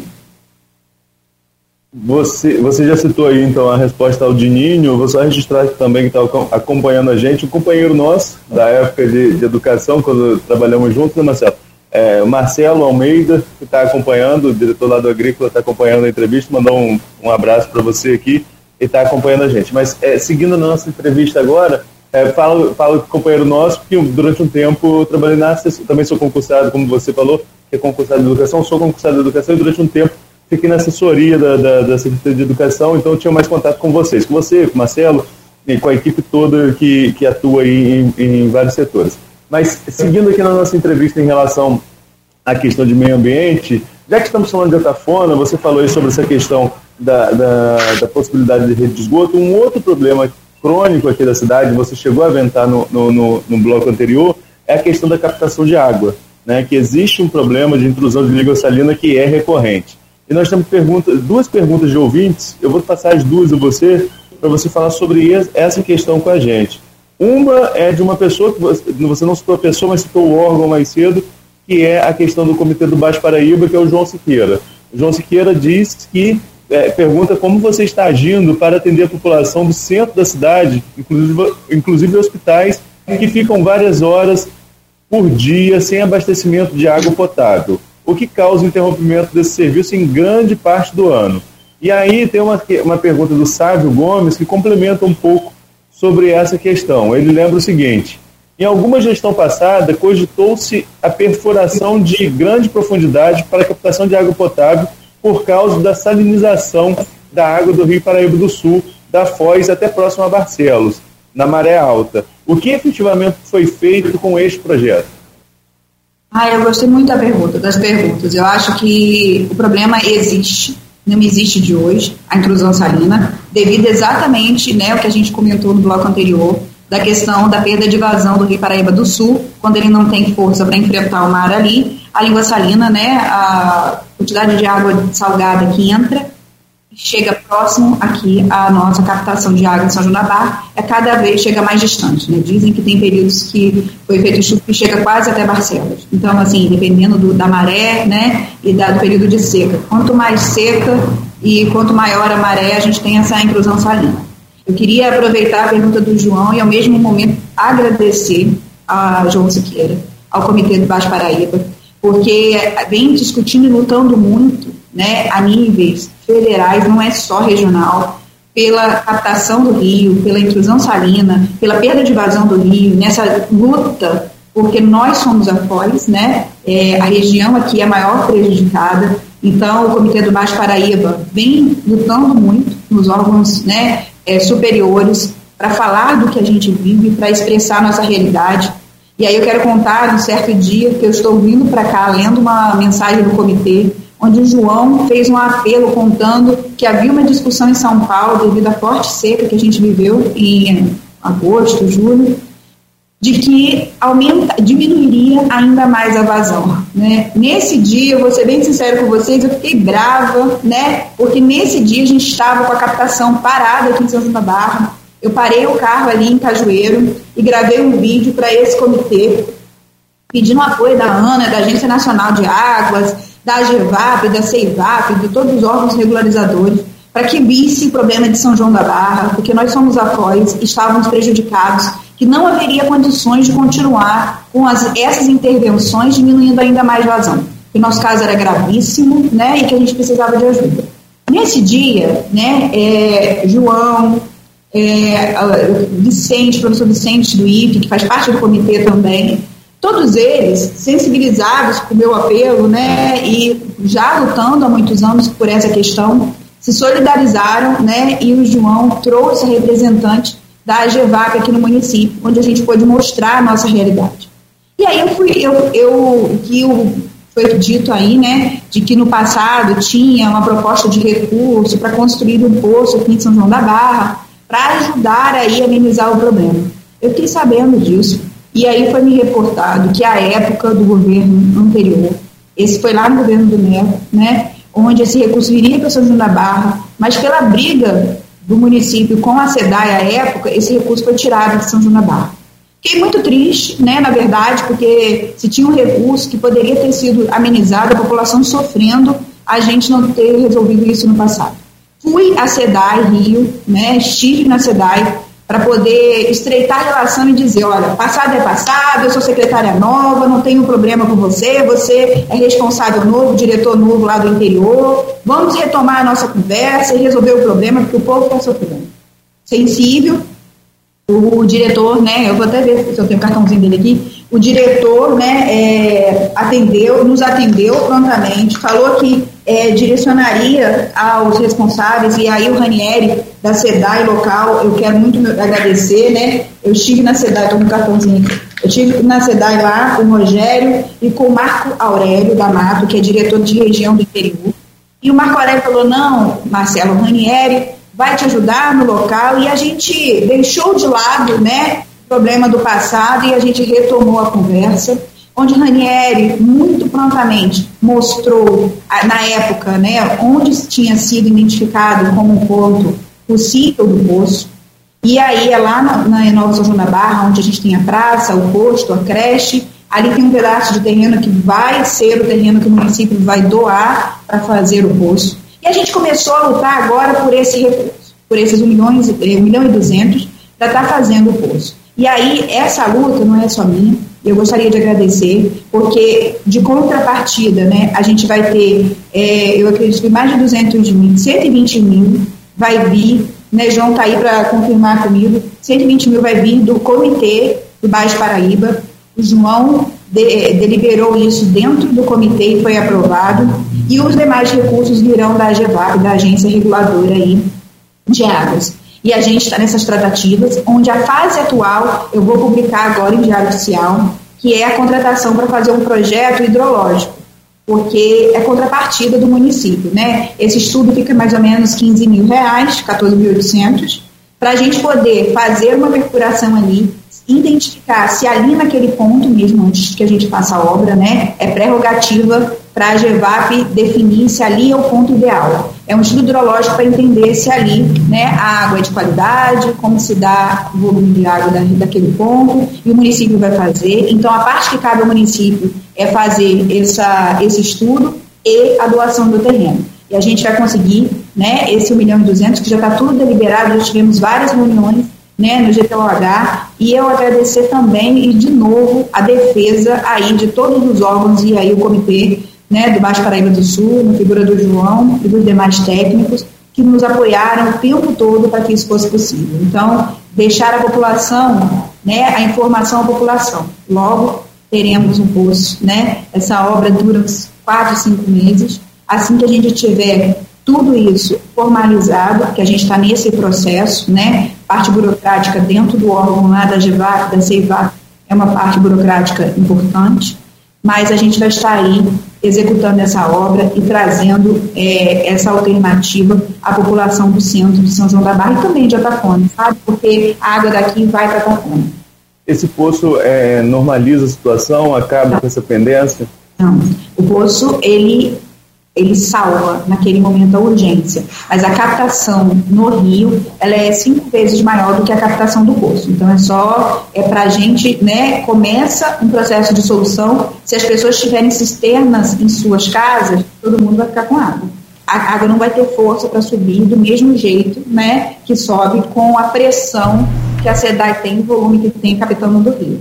Você já citou aí, então, a resposta ao Dininho. Vou só registrar também que está acompanhando a gente, um companheiro nosso, da época de educação, quando trabalhamos juntos, né, Marcelo? O Marcelo Almeida, que está acompanhando, o diretor lá do Agrícola, está acompanhando a entrevista, mandou um abraço para você aqui, e está acompanhando a gente. Mas, seguindo a nossa entrevista agora, falo com o companheiro nosso, que durante um tempo eu trabalhei na assessoria, também sou concursado, como você falou, que é concursado de educação, sou concursado de educação, e durante um tempo fiquei na assessoria da Secretaria de Educação, então eu tinha mais contato com vocês, com você, com o Marcelo, e com a equipe toda que atua aí em vários setores. Mas, seguindo aqui na nossa entrevista em relação à questão de meio ambiente, já que estamos falando de Atafona, você falou aí sobre essa questão da possibilidade de rede de esgoto. Um outro problema crônico aqui da cidade, você chegou a aventar no bloco anterior, é a questão da captação de água, né? Que existe um problema de intrusão de língua salina que é recorrente. E nós temos duas perguntas de ouvintes, eu vou passar as duas a você, para você falar sobre essa questão com a gente. Uma é de uma pessoa, que você não citou a pessoa, mas citou o órgão mais cedo, que é a questão do Comitê do Baixo Paraíba, que é o João Siqueira. O João Siqueira diz que, pergunta como você está agindo para atender a população do centro da cidade, inclusive hospitais, que ficam várias horas por dia sem abastecimento de água potável, o que causa o interrompimento desse serviço em grande parte do ano. E aí tem uma pergunta do Sávio Gomes que complementa um pouco sobre essa questão. Ele lembra o seguinte: em alguma gestão passada, cogitou-se a perfuração de grande profundidade para a captação de água potável por causa da salinização da água do Rio Paraíba do Sul, da Foz até próximo a Barcelos, na maré alta. O que efetivamente foi feito com este projeto? Eu gostei muito das perguntas. Eu acho que o problema existe, não existe de hoje, a intrusão salina, devido exatamente, né, o que a gente comentou no bloco anterior, da questão da perda de vazão do Rio Paraíba do Sul, quando ele não tem força para enfrentar o mar ali, a língua salina, né, a quantidade de água salgada que entra, chega próximo aqui a nossa captação de água em São João da Barra, cada vez chega mais distante, né? Dizem que tem períodos que foi feito estudo que chega quase até Barcelos. Então, assim, dependendo da maré, né, e do período de seca. Quanto mais seca e quanto maior a maré, a gente tem essa intrusão salina. Eu queria aproveitar a pergunta do João e, ao mesmo momento, agradecer a João Siqueira, ao Comitê do Baixo Paraíba, porque vem discutindo e lutando muito, né, a níveis federais, não é só regional, pela captação do rio, pela intrusão salina, pela perda de vazão do rio, nessa luta, porque nós somos a Foz, né, a região aqui é a maior prejudicada. Então o Comitê do Baixo Paraíba vem lutando muito nos órgãos, né, superiores, para falar do que a gente vive, para expressar a nossa realidade. E aí eu quero contar, um certo dia, que eu estou vindo para cá, lendo uma mensagem do comitê, onde o João fez um apelo contando que havia uma discussão em São Paulo, devido à forte seca que a gente viveu em agosto, julho, de que diminuiria ainda mais a vazão, né? Nesse dia, eu vou ser bem sincero com vocês, eu fiquei brava, né? Porque nesse dia a gente estava com a captação parada aqui em São João da Barra. Eu parei o carro ali em Cajueiro e gravei um vídeo para esse comitê, pedindo apoio da ANA, da Agência Nacional de Águas, da AGEVAP, da CEIVAP, de todos os órgãos regularizadores, para que visse o problema de São João da Barra, porque nós somos a Foz, estávamos prejudicados, que não haveria condições de continuar com essas intervenções, diminuindo ainda mais vazão. O nosso caso era gravíssimo, né, e que a gente precisava de ajuda. Nesse dia, né, João, Vicente, professor Vicente do IFE, que faz parte do comitê também, Todos eles, sensibilizados com o meu apelo, né, e já lutando há muitos anos por essa questão, se solidarizaram, né, e o João trouxe a representante da AGEVAP aqui no município, onde a gente pôde mostrar a nossa realidade. E aí foi dito aí, né, de que no passado tinha uma proposta de recurso para construir um poço aqui em São João da Barra, para ajudar aí a amenizar o problema. Eu fiquei sabendo disso, e aí foi me reportado que a época do governo anterior, esse foi lá no governo do Neco, né, onde esse recurso viria para São João da Barra, mas pela briga do município com a SEDAI à época, esse recurso foi tirado de São João da Barra. Fiquei muito triste, né, na verdade, porque se tinha um recurso que poderia ter sido amenizado, a população sofrendo, a gente não ter resolvido isso no passado. Fui à SEDAI Rio, né, estive na SEDAI para poder estreitar a relação e dizer, olha, passado é passado, eu sou secretária nova, não tenho problema com você, você é responsável novo, diretor novo lá do interior, vamos retomar a nossa conversa e resolver o problema, porque o povo está sofrendo. Sensível. O diretor, né, eu vou até ver se eu tenho o cartãozinho dele aqui, o diretor, né, nos atendeu prontamente, falou que direcionaria aos responsáveis, e aí o Ranieri da SEDAI local, eu quero muito agradecer, né, eu estive na SEDAI, estou com o cartãozinho aqui, eu estive na SEDAI lá com o Rogério e com o Marco Aurélio da Mato, que é diretor de região do interior, e o Marco Aurélio falou, não, Marcelo, o Ranieri vai te ajudar no local, e a gente deixou de lado, né, o problema do passado e a gente retomou a conversa, onde Ranieri muito prontamente mostrou, na época, né, onde tinha sido identificado como um ponto possível do poço, e aí é lá na Nova São João da Barra, onde a gente tem a praça, o posto, a creche, ali tem um pedaço de terreno que vai ser o terreno que o município vai doar para fazer o poço. E a gente começou a lutar agora por esse recurso, por esses 1,2 milhão para estar fazendo o poço. E aí, essa luta não é só minha, eu gostaria de agradecer, porque de contrapartida, né, a gente vai ter, eu acredito que mais de 200 mil, 120 mil vai vir, né, João está aí para confirmar comigo, 120 mil vai vir do comitê do Baixo Paraíba, o João deliberou isso dentro do comitê e foi aprovado, e os demais recursos virão da AGEVAP, da Agência Reguladora aí de Águas. E a gente está nessas tratativas, onde a fase atual, eu vou publicar agora em Diário Oficial, que é a contratação para fazer um projeto hidrológico, porque é contrapartida do município, né? Esse estudo fica mais ou menos R$15 mil, 14.800, para a gente poder fazer uma perfuração ali, identificar se ali naquele ponto mesmo, antes que a gente faça a obra, né, é prerrogativa para a AGEVAP definir se ali é o ponto ideal. É um estudo hidrológico para entender se ali, né, a água é de qualidade, como se dá o volume de água daquele ponto, e o município vai fazer. Então, a parte que cabe ao município é fazer esse estudo e a doação do terreno. E a gente vai conseguir, né, esse 1.200.000, que já está tudo deliberado, já tivemos várias reuniões, né, no GTOH, e eu agradecer também, e de novo, a defesa aí de todos os órgãos, e aí o comitê, né, do Baixo Paraíba do Sul, na figura do João e dos demais técnicos, que nos apoiaram o tempo todo para que isso fosse possível. Então, deixar a população, né, a informação à população. Logo, teremos um poço, né, essa obra dura uns 4, 5 meses, assim que a gente tiver tudo isso formalizado, que a gente está nesse processo, né, parte burocrática dentro do órgão lá da AGEVAP, da CEIVAP, é uma parte burocrática importante, mas a gente vai estar aí executando essa obra e trazendo essa alternativa à população do centro de São João da Barra e também de Atafona, sabe? Porque a água daqui vai para Atafona. Esse poço normaliza a situação, acaba com essa pendência? Não, o poço, ele salva naquele momento a urgência, mas a captação no rio, ela é 5 vezes maior do que a captação do poço, então para a gente, né, começa um processo de solução. Se as pessoas tiverem cisternas em suas casas, todo mundo vai ficar com água. A água não vai ter força para subir do mesmo jeito, né, que sobe com a pressão que a SEDAI tem, o volume que tem captando do rio.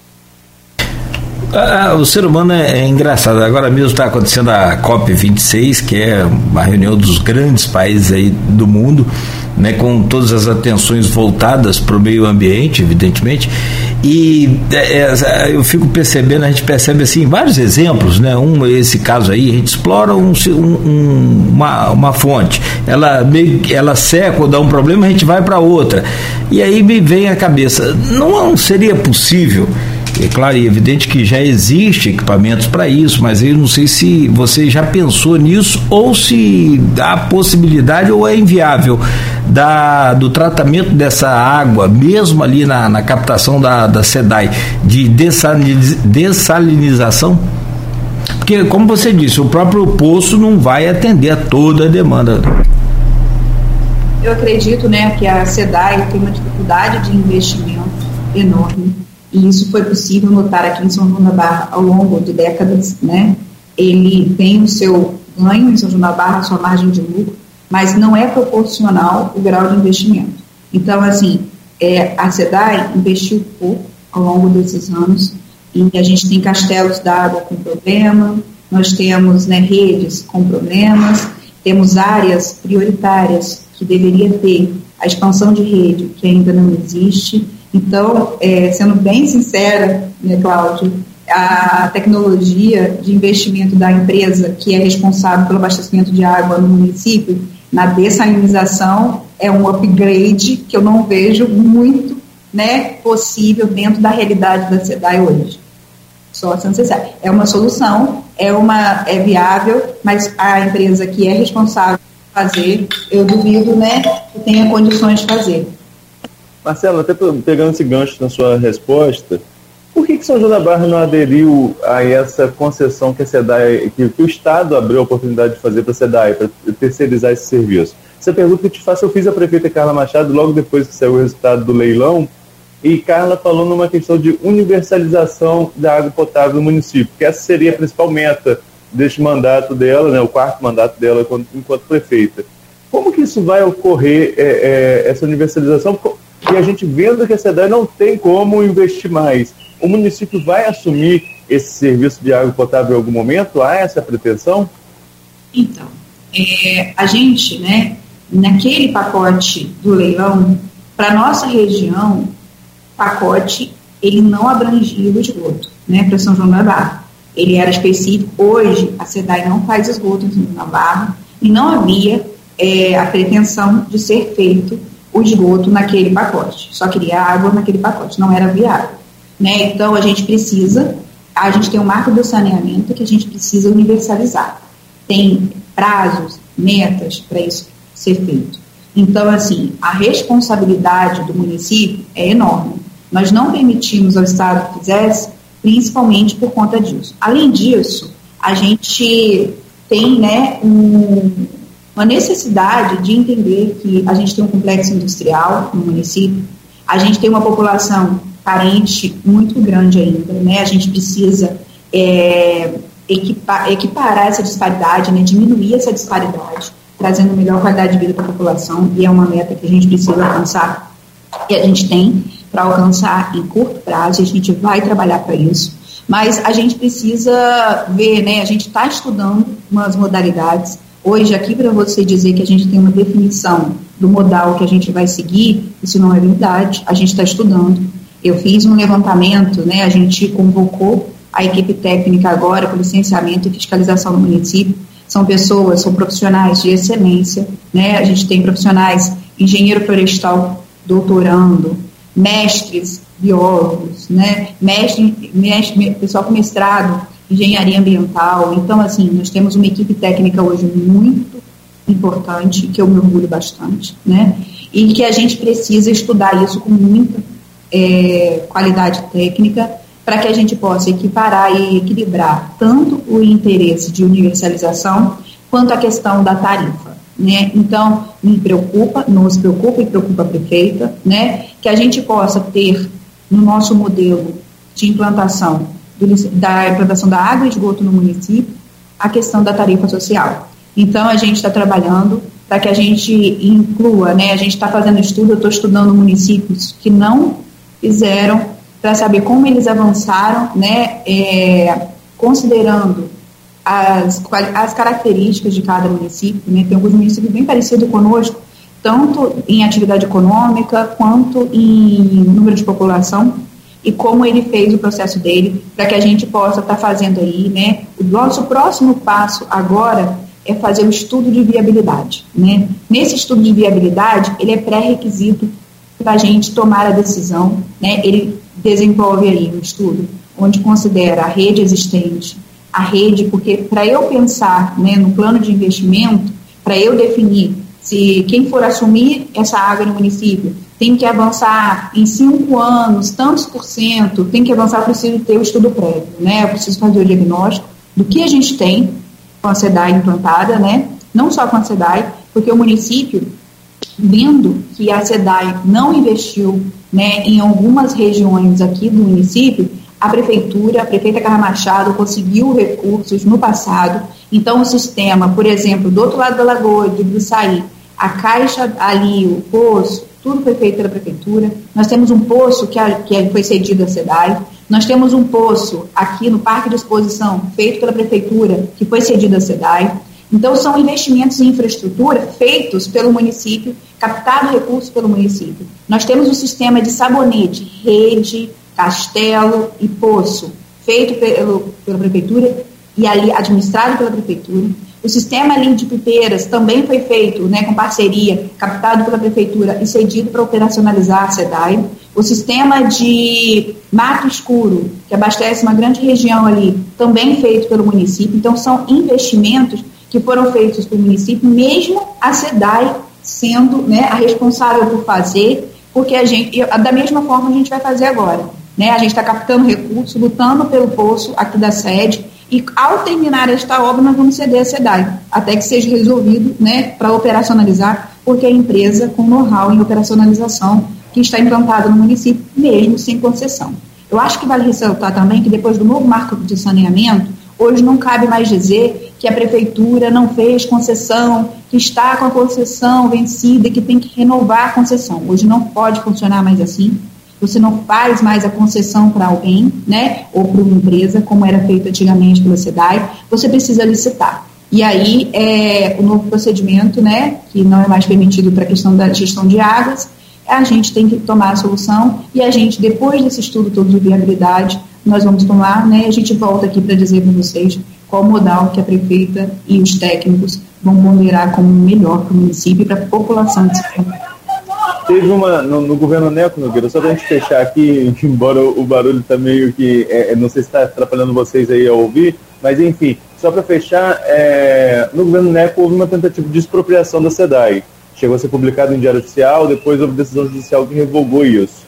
O ser humano é engraçado. Agora mesmo está acontecendo a COP26, que é uma reunião dos grandes países aí do mundo, né, com todas as atenções voltadas para o meio ambiente, evidentemente, e eu fico percebendo, a gente percebe assim vários exemplos, né? Esse caso aí, a gente explora uma fonte, ela seca ou dá um problema, a gente vai para outra, e aí me vem à cabeça, não seria possível, é claro e evidente que já existe equipamentos para isso, mas eu não sei se você já pensou nisso ou se há possibilidade ou é inviável do tratamento dessa água, mesmo ali na captação da SEDAI, de dessalinização? Porque, como você disse, o próprio poço não vai atender a toda a demanda. Eu acredito, né, que a SEDAI tem uma dificuldade de investimento enorme. E isso foi possível notar aqui em São João da Barra ao longo de décadas, né? Ele tem o seu ganho em São João da Barra, a sua margem de lucro, mas não é proporcional o grau de investimento. Então, assim, a SEDAI investiu pouco ao longo desses anos, e a gente tem castelos d'água com problema, nós temos, né, redes com problemas, temos áreas prioritárias que deveria ter a expansão de rede, que ainda não existe. Então, sendo bem sincera, né, Cláudio, a tecnologia de investimento da empresa que é responsável pelo abastecimento de água no município, na dessalinização, é um upgrade que eu não vejo muito, né, possível dentro da realidade da SEDAI hoje. Só sendo sincera. É uma solução, é viável, mas a empresa que é responsável por fazer, eu duvido, né, que tenha condições de fazer. Marcelo, até pegando esse gancho na sua resposta, por que São João da Barra não aderiu a essa concessão que a SEDAI, que o Estado abriu a oportunidade de fazer para a SEDAI, para terceirizar esse serviço? Essa pergunta que eu te faço, eu fiz a prefeita Carla Machado logo depois que saiu o resultado do leilão, e Carla falou numa questão de universalização da água potável no município, que essa seria a principal meta deste mandato dela, né, o quarto mandato dela enquanto prefeita. Como que isso vai ocorrer, essa universalização? E a gente vendo que a SEDAI não tem como investir mais, o município vai assumir esse serviço de água potável em algum momento? Há essa pretensão? Então, a gente, né, naquele pacote do leilão, para nossa região, o pacote, ele não abrangia o esgoto, né, para São João da Barra. Ele era específico. Hoje, a SEDAI não faz esgoto em São João da Barra e não havia a pretensão de ser feito o esgoto naquele pacote, só queria água naquele pacote, não era viável, né? Então a gente tem um marco do saneamento que a gente precisa universalizar, tem prazos, metas para isso ser feito. Então, assim, a responsabilidade do município é enorme, nós não permitimos ao Estado que fizesse, principalmente por conta disso. Além disso, a gente tem, né, uma necessidade de entender que a gente tem um complexo industrial no município, a gente tem uma população carente muito grande ainda, né? A gente precisa equiparar essa disparidade, né? Diminuir essa disparidade, trazendo melhor qualidade de vida para a população, e é uma meta que a gente precisa alcançar, e a gente tem para alcançar em curto prazo, e a gente vai trabalhar para isso, mas a gente precisa ver, né? A gente está estudando umas modalidades. Hoje, aqui para você dizer que a gente tem uma definição do modal que a gente vai seguir, isso não é verdade, a gente está estudando. Eu fiz um levantamento, né, a gente convocou a equipe técnica agora para licenciamento e fiscalização do município, são profissionais de excelência, né, a gente tem profissionais, engenheiro florestal doutorando, mestres, biólogos, né, pessoal com mestrado, engenharia ambiental. Então, assim, nós temos uma equipe técnica hoje muito importante, que eu me orgulho bastante, né? E que a gente precisa estudar isso com muita qualidade técnica, para que a gente possa equiparar e equilibrar tanto o interesse de universalização, quanto a questão da tarifa, né? Então, nos preocupa e preocupa a prefeita, né? Que a gente possa ter, no nosso modelo de implantação, da implantação da água e esgoto no município, a questão da tarifa social. Então, a gente está trabalhando para que a gente inclua, né? A gente está fazendo estudo, eu estou estudando municípios que não fizeram, para saber como eles avançaram, né? Considerando as características de cada município, né? Tem alguns municípios bem parecidos conosco, tanto em atividade econômica quanto em número de população, e como ele fez o processo dele, para que a gente possa estar fazendo aí, né? O nosso próximo passo agora é fazer o estudo de viabilidade, né? Nesse estudo de viabilidade, ele é pré-requisito para a gente tomar a decisão, né? Ele desenvolve aí um estudo onde considera a rede existente, a rede, porque para eu pensar, né, no plano de investimento, para eu definir se quem for assumir essa água no município tem que avançar em 5 anos, tantos por cento, tem que avançar, preciso ter o estudo prévio, né? Eu preciso fazer o diagnóstico do que a gente tem com a SEDAI implantada, né? Não só com a SEDAI, porque o município, vendo que a SEDAI não investiu, né, em algumas regiões aqui do município, a prefeita Carla Machado conseguiu recursos no passado. Então o sistema, por exemplo, do outro lado da lagoa, de Bruçaí, a caixa ali, o poço, tudo foi feito pela prefeitura. Nós temos um poço que foi cedido à SEDAI. Nós temos um poço aqui no Parque de Exposição, feito pela prefeitura, que foi cedido à SEDAI. Então, são investimentos em infraestrutura feitos pelo município, captado recursos pelo município. Nós temos o sistema de sabonete, rede, castelo e poço, feito pela prefeitura e ali administrado pela prefeitura. O sistema ali de pipeiras também foi feito, né, com parceria, captado pela prefeitura e cedido para operacionalizar a SEDAI. O sistema de mato escuro, que abastece uma grande região ali, também feito pelo município. Então, são investimentos que foram feitos pelo município, mesmo a SEDAI sendo, né, a responsável por fazer, porque da mesma forma a gente vai fazer agora, né? A gente está captando recursos, lutando pelo poço aqui da sede, e ao terminar esta obra nós vamos ceder a SEDAI, até que seja resolvido, né, para operacionalizar, porque é a empresa com know-how em operacionalização que está implantada no município, mesmo sem concessão. Eu acho que vale ressaltar também que depois do novo marco de saneamento, hoje não cabe mais dizer que a prefeitura não fez concessão, que está com a concessão vencida e que tem que renovar a concessão. Hoje não pode funcionar mais assim. Você não faz mais a concessão para alguém, né, ou para uma empresa, como era feito antigamente pela SEDAI. Você precisa licitar. E aí, o novo procedimento, né, que não é mais permitido para a questão da gestão de águas, a gente tem que tomar a solução e a gente, depois desse estudo todo de viabilidade, nós vamos tomar, né, e a gente volta aqui para dizer para vocês qual modal que a prefeita e os técnicos vão ponderar como melhor para o município e para a população de São Paulo. Teve uma, no governo Neco Nogueira, só para a gente fechar aqui, embora o barulho está meio que, não sei se está atrapalhando vocês aí a ouvir, mas enfim, só para fechar, no governo Neco houve uma tentativa de expropriação da SEDAI. Chegou a ser publicado em Diário Oficial, depois houve decisão judicial que revogou isso.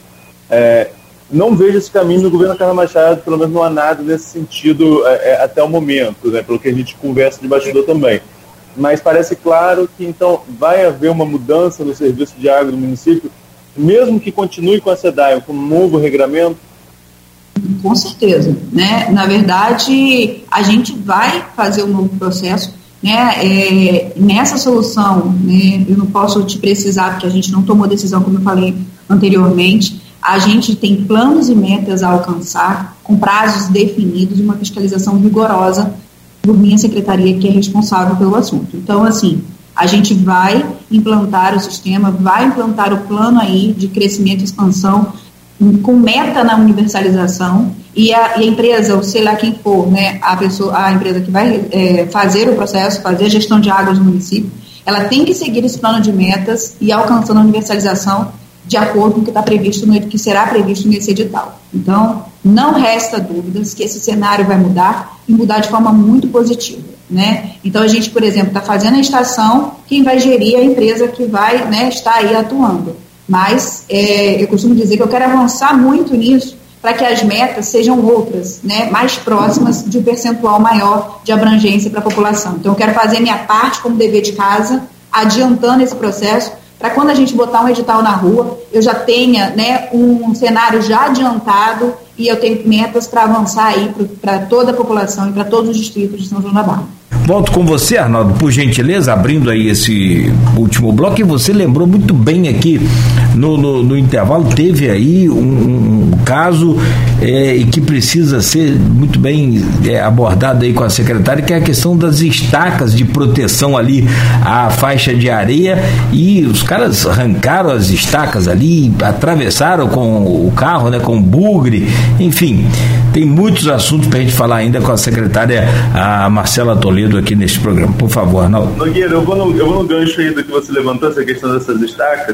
Não vejo esse caminho no governo Carla Machado, pelo menos não há nada nesse sentido até o momento, né, pelo que a gente conversa de bastidor também. Mas parece claro que, então, vai haver uma mudança no serviço de água do município, mesmo que continue com a SEDAI, com um novo regramento? Com certeza, né? Na verdade, a gente vai fazer um novo processo, né? Nessa solução, né, eu não posso te precisar, porque a gente não tomou decisão, como eu falei anteriormente. A gente tem planos e metas a alcançar, com prazos definidos e uma fiscalização rigorosa por minha secretaria, que é responsável pelo assunto. Então, assim, a gente vai implantar o sistema, vai implantar o plano aí de crescimento e expansão, com meta na universalização, e a empresa, ou sei lá quem for, né, a empresa que vai fazer o processo, fazer a gestão de águas do município, ela tem que seguir esse plano de metas e alcançando a universalização de acordo com o que está previsto, que será previsto nesse edital. Então, não resta dúvidas que esse cenário vai mudar e mudar de forma muito positiva, né? Então, a gente, por exemplo, está fazendo a estação, quem vai gerir a empresa que vai, né, estar aí atuando. Mas eu costumo dizer que eu quero avançar muito nisso para que as metas sejam outras, né, mais próximas de um percentual maior de abrangência para a população. Então, eu quero fazer a minha parte como dever de casa, adiantando esse processo, para quando a gente botar um edital na rua, eu já tenha, né, um cenário já adiantado e eu tenho metas para avançar aí para toda a população e para todos os distritos de São João da Barra. Volto com você, Arnaldo, por gentileza, abrindo aí esse último bloco, e você lembrou muito bem aqui no intervalo, teve aí caso e que precisa ser muito bem abordado aí com a secretária, que é a questão das estacas de proteção ali à faixa de areia, e os caras arrancaram as estacas ali, atravessaram com o carro, né, com bugre, enfim, tem muitos assuntos para a gente falar ainda com a secretária, a Marcela Toledo, aqui neste programa. Por favor, Arnaldo. Nogueira, eu vou no gancho aí do que você levantou, essa questão dessas estacas.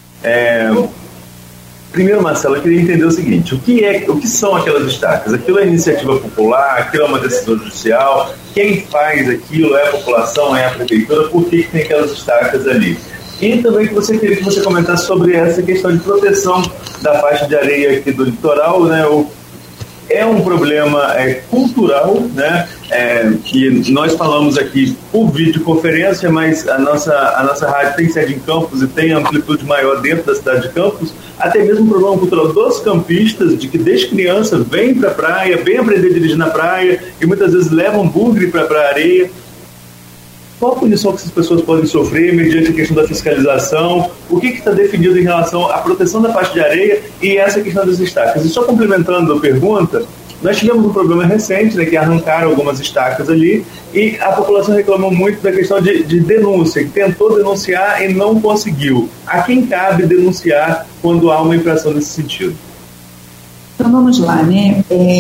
Primeiro, Marcelo, eu queria entender o seguinte: o que são aquelas estacas? Aquilo é iniciativa popular? Aquilo é uma decisão judicial? Quem faz aquilo? É a população? É a prefeitura? Por que tem aquelas estacas ali? E também queria que você comentasse sobre essa questão de proteção da faixa de areia aqui do litoral, né? É um problema cultural, né? Que nós falamos aqui por videoconferência, mas a nossa rádio tem sede em Campos e tem amplitude maior dentro da cidade de Campos. Até mesmo um problema cultural dos campistas, de que desde criança vem para a praia, vem aprender a dirigir na praia e muitas vezes levam bugre para a areia. Qual a punição que essas pessoas podem sofrer mediante a questão da fiscalização? O que está definido em relação à proteção da faixa de areia e essa questão das estacas? E só complementando a pergunta, nós tivemos um problema recente, né, que arrancaram algumas estacas ali, e a população reclamou muito da questão de denúncia, que tentou denunciar e não conseguiu. A quem cabe denunciar quando há uma infração nesse sentido? Então vamos lá, né?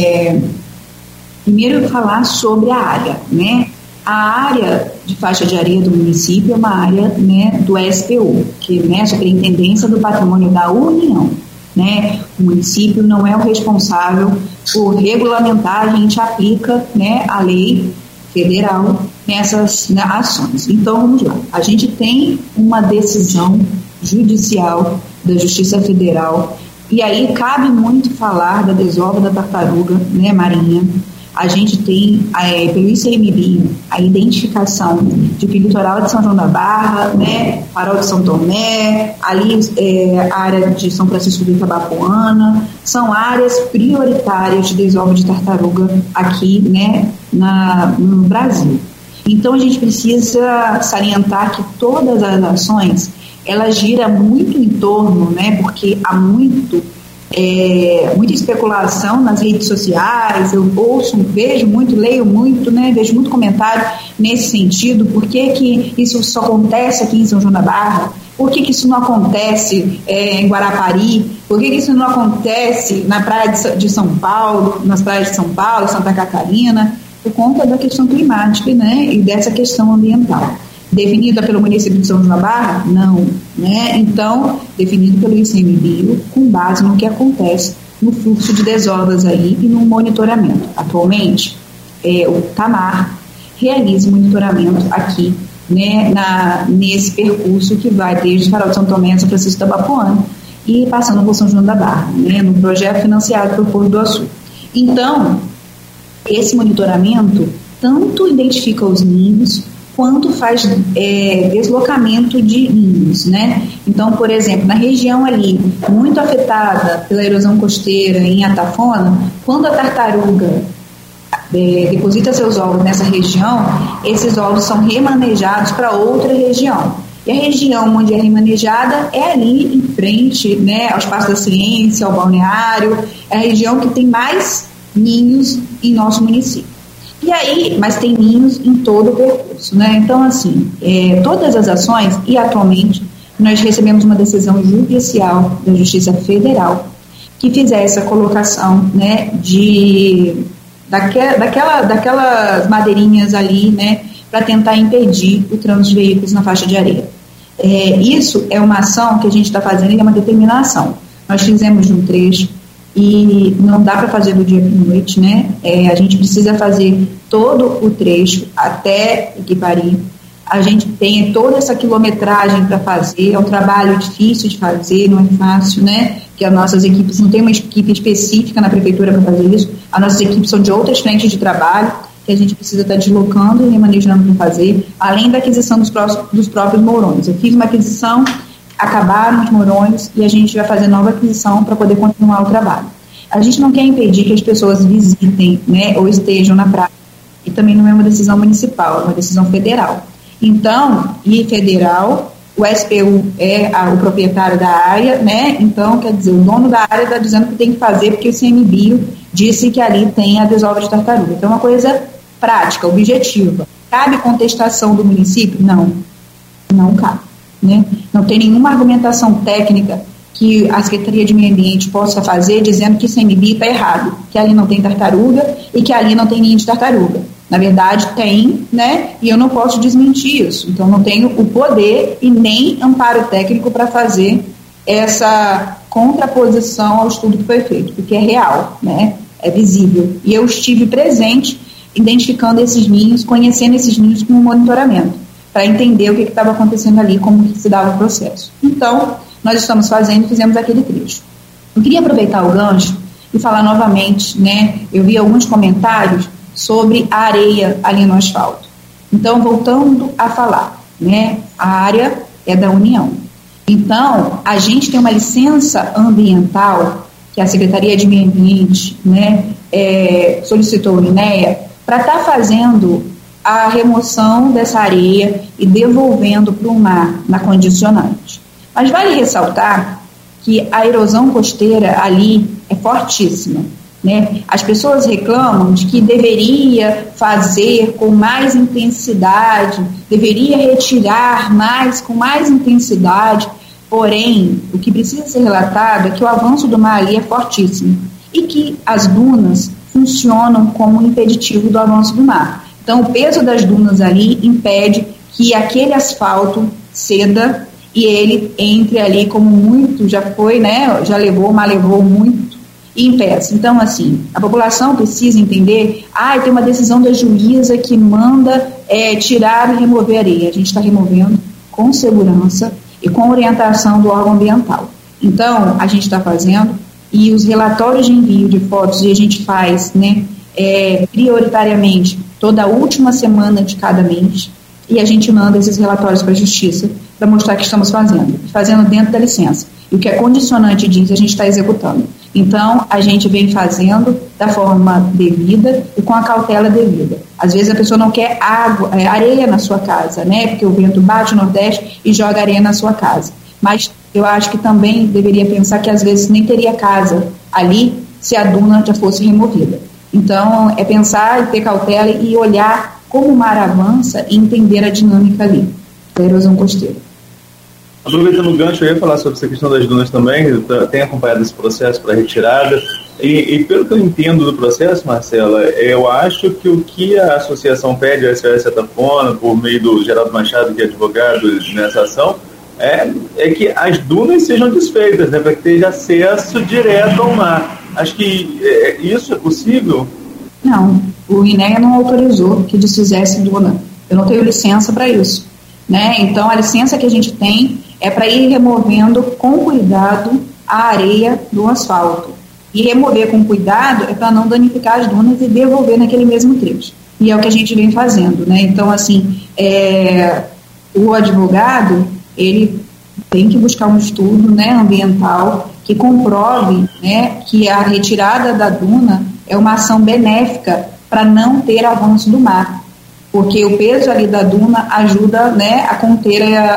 Primeiro falar sobre a área, né? A área de faixa de areia do município é uma área, né, do SPU, que é, né, Superintendência do Patrimônio da União. Né? O município não é o responsável por regulamentar, a gente aplica, né, a lei federal nessas, né, ações. Então, vamos lá. A gente tem uma decisão judicial da Justiça Federal, e aí cabe muito falar da desova da tartaruga, né, marinha. A gente tem, pelo ICMBio, a identificação de que o litoral de São João da Barra, né, Farol de São Tomé, ali a área de São Francisco do Itabapoana, são áreas prioritárias de desova de tartaruga aqui, né, no Brasil. Então, a gente precisa salientar que todas as ações, elas giram muito em torno, né, porque há muita especulação nas redes sociais, eu vejo muito, leio muito, né, vejo muito comentário nesse sentido. Por que isso só acontece aqui em São João da Barra? Por que isso não acontece em Guarapari? Por que isso não acontece na praia de São Paulo, nas praias de São Paulo, Santa Catarina? Por conta da questão climática, né, e dessa questão ambiental. Definida pelo município de São João da Barra? Não. Né? Então, definido pelo ICMBio, com base no que acontece no fluxo de desovas aí e no monitoramento. Atualmente, o TAMAR realiza monitoramento aqui, né, nesse percurso que vai desde Farol de São Tomé a São Francisco do Itabapoana e passando por São João da Barra, né, no projeto financiado pelo Porto do Açu. Então, esse monitoramento tanto identifica os ninhos quanto faz deslocamento de ninhos, né? Então, por exemplo, na região ali, muito afetada pela erosão costeira em Atafona, quando a tartaruga deposita seus ovos nessa região, esses ovos são remanejados para outra região. E a região onde é remanejada é ali em frente, né, ao Espaço da Ciência, ao balneário, é a região que tem mais ninhos em nosso município. E aí, mas tem ninhos em todo o percurso, né? Então, assim, todas as ações, e atualmente nós recebemos uma decisão judicial da Justiça Federal que fizer essa colocação, né, daquelas madeirinhas ali, né, para tentar impedir o trânsito de veículos na faixa de areia. Isso é uma ação que a gente está fazendo, é uma determinação. Nós fizemos de um trecho, e não dá para fazer do dia para a noite, né? A gente precisa fazer todo o trecho até Equipari. A gente tem toda essa quilometragem para fazer, é um trabalho difícil de fazer, não é fácil, né? Que as nossas equipes, não tem uma equipe específica na prefeitura para fazer isso, as nossas equipes são de outras frentes de trabalho, que a gente precisa estar deslocando e remanejando para fazer, além da aquisição dos próprios mourões. Eu fiz uma aquisição, acabaram os mourões e a gente vai fazer nova aquisição para poder continuar o trabalho. A gente não quer impedir que as pessoas visitem, né, ou estejam na praia, e também não é uma decisão municipal, é uma decisão federal. Então, e federal o SPU é o proprietário da área, né? Então, quer dizer, o dono da área está dizendo que tem que fazer porque o ICMBio disse que ali tem a desova de tartaruga. Então, é uma coisa prática, objetiva. Cabe contestação do município? Não cabe, né? Não tem nenhuma argumentação técnica que a Secretaria de Meio Ambiente possa fazer dizendo que o ICMBio está errado, que ali não tem tartaruga e que ali não tem ninho de tartaruga. Na verdade, tem, né? E eu não posso desmentir isso. Então, não tenho o poder e nem amparo técnico para fazer essa contraposição ao estudo que foi feito, porque é real, né? É visível. E eu estive presente, identificando esses ninhos, conhecendo esses ninhos com monitoramento, para entender o que estava acontecendo ali, como que se dava o processo. Então, nós estamos fizemos aquele trecho. Eu queria aproveitar o gancho e falar novamente, né? Eu vi alguns comentários sobre a areia ali no asfalto. Então, voltando a falar, né, a área é da União. Então, a gente tem uma licença ambiental que a Secretaria de Meio Ambiente, né, solicitou ao INEA para estar fazendo a remoção dessa areia e devolvendo para o mar na condicionante. Mas vale ressaltar que a erosão costeira ali é fortíssima, né? As pessoas reclamam de que deveria fazer com mais intensidade, deveria retirar mais com mais intensidade, porém, o que precisa ser relatado é que o avanço do mar ali é fortíssimo e que as dunas funcionam como um impeditivo do avanço do mar. Então, o peso das dunas ali impede que aquele asfalto ceda e ele entre ali como muito, já foi, né, já levou, mas levou muito, e impeça. Então, assim, a população precisa entender, tem uma decisão da juíza que manda tirar e remover areia. A gente está removendo com segurança e com orientação do órgão ambiental. Então, a gente está fazendo, e os relatórios de envio de fotos, e a gente faz, né, prioritariamente, toda a última semana de cada mês, e a gente manda esses relatórios para a Justiça para mostrar que estamos fazendo dentro da licença. E o que a condicionante diz, a gente está executando. Então, a gente vem fazendo da forma devida e com a cautela devida. Às vezes a pessoa não quer areia na sua casa, né? Porque o vento bate no Nordeste e joga areia na sua casa. Mas eu acho que também deveria pensar que às vezes nem teria casa ali se a duna já fosse removida. Então, é pensar e ter cautela e olhar como o mar avança e entender a dinâmica ali da erosão costeira. Aproveitando o gancho, eu ia falar sobre essa questão das dunas também, eu tenho acompanhado esse processo para retirada, e pelo que eu entendo do processo, Marcela, eu acho que o que a associação pede, a SOS Atafona, por meio do Geraldo Machado, que é advogado nessa ação, é que as dunas sejam desfeitas, né, para que tenha acesso direto ao mar. Acho que isso é possível? Não, o INEA não autorizou que desfizesse duna. Eu não tenho licença para isso, né? Então, a licença que a gente tem é para ir removendo com cuidado a areia do asfalto. E remover com cuidado é para não danificar as dunas e devolver naquele mesmo trecho. E é o que a gente vem fazendo, né? Então, assim, o advogado, ele tem que buscar um estudo, né, ambiental que comprove, né, que a retirada da duna é uma ação benéfica para não ter avanço do mar, porque o peso ali da duna ajuda, né, a conter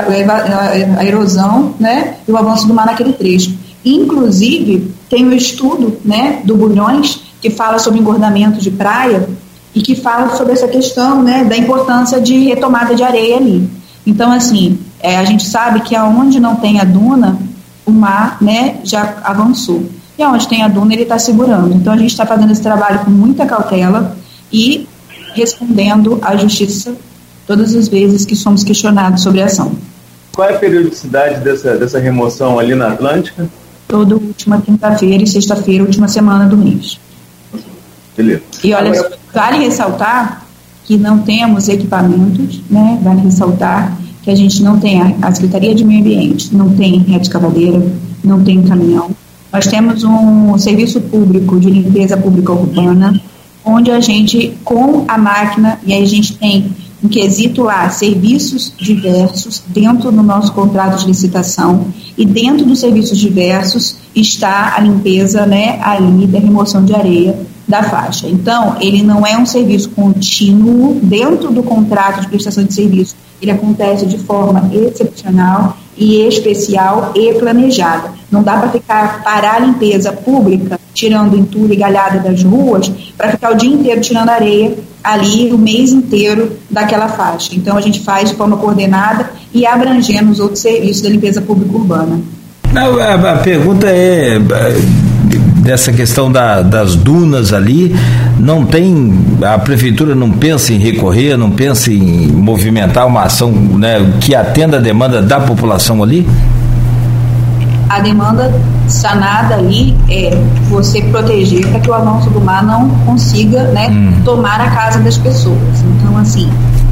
a erosão, né, e o avanço do mar naquele trecho. Inclusive, tem um estudo, né, do Bulhões, que fala sobre engordamento de praia e que fala sobre essa questão, né, da importância de retomada de areia ali. Então, assim, a gente sabe que aonde não tem a duna, o mar, né, já avançou. E aonde tem a duna, ele está segurando. Então, a gente está fazendo esse trabalho com muita cautela e respondendo à justiça todas as vezes que somos questionados sobre a ação. Qual é a periodicidade dessa remoção ali na Atlântica? Toda última quinta-feira e sexta-feira, última semana do mês. Beleza. E olha, vale ressaltar que não temos equipamentos, né? Vale ressaltar que a gente não tem, a Secretaria de Meio Ambiente não tem rede escavadeira, não tem caminhão. Nós temos um serviço público de limpeza pública urbana, onde a gente, com a máquina, e aí a gente tem um quesito lá, serviços diversos, dentro do nosso contrato de licitação, e dentro dos serviços diversos está a limpeza, né, ali da remoção de areia da faixa. Então, ele não é um serviço contínuo dentro do contrato de prestação de serviço. Ele acontece de forma excepcional e especial e planejada. Não dá para parar a limpeza pública, tirando entulho e galhada das ruas, para ficar o dia inteiro tirando areia ali, o mês inteiro daquela faixa. Então, a gente faz de forma coordenada e abrangendo os outros serviços da limpeza pública urbana. Não, a pergunta é dessa questão das dunas ali, a prefeitura não pensa em recorrer, não pensa em movimentar uma ação, né, que atenda a demanda da população ali? A demanda sanada ali é você proteger para que o avanço do mar não consiga, né, tomar a casa das pessoas. Então, assim,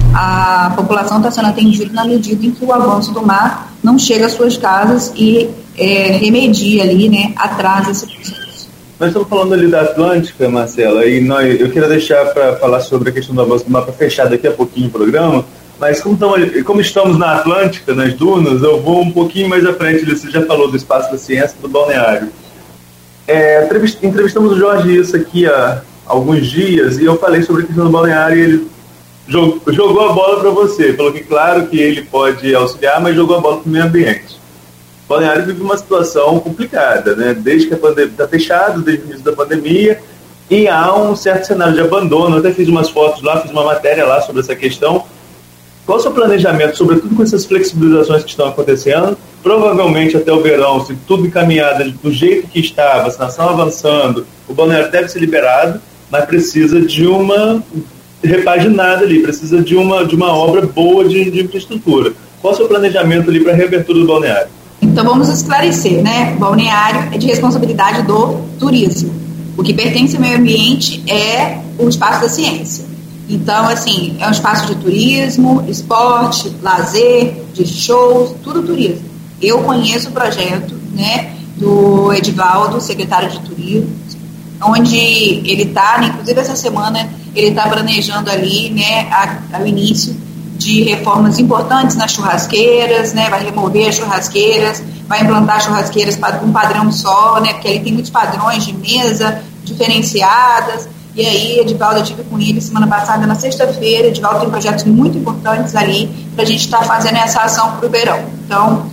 a população está sendo atendida na medida em que o avanço do mar não chega às suas casas e remedia ali, né, atrasa esse processo. Nós estamos falando ali da Atlântica, Marcela, e eu queria deixar para falar sobre a questão do avanço do mar para fechar daqui a pouquinho o programa, mas como estamos na Atlântica, nas dunas, eu vou um pouquinho mais à frente. Você já falou do Espaço da Ciência, do balneário. Entrevistamos o Jorge Issa aqui há alguns dias e eu falei sobre a questão do balneário e ele jogou a bola para você. Falou que claro que ele pode auxiliar, mas jogou a bola para o meio ambiente. O balneário vive uma situação complicada, né? Desde que a pandemia está fechado, desde o início da pandemia, e há um certo cenário de abandono. Eu até fiz umas fotos lá, fiz uma matéria lá sobre essa questão. Qual é o seu planejamento, sobretudo com essas flexibilizações que estão acontecendo? Provavelmente até o verão, se tudo encaminhado do jeito que está, a vacinação avançando, o balneário deve ser liberado, mas precisa de uma repaginada ali, precisa de uma obra boa de infraestrutura. Qual é o seu planejamento ali para a reabertura do balneário? Então vamos esclarecer, né? O balneário é de responsabilidade do turismo. O que pertence ao meio ambiente é o Espaço da Ciência. Então, assim, é um espaço de turismo, esporte, lazer, de shows, tudo turismo. Eu conheço o projeto, né, do Edivaldo, secretário de Turismo, onde ele está, inclusive essa semana, ele está planejando ali, né, ao início de reformas importantes nas churrasqueiras, né, vai remover as churrasqueiras, vai implantar churrasqueiras para um padrão só, né, porque ali tem muitos padrões de mesa diferenciadas. E aí, Edivaldo, eu estive com ele semana passada, na sexta-feira. Edivaldo tem projetos muito importantes ali para a gente estar fazendo essa ação para o verão. Então,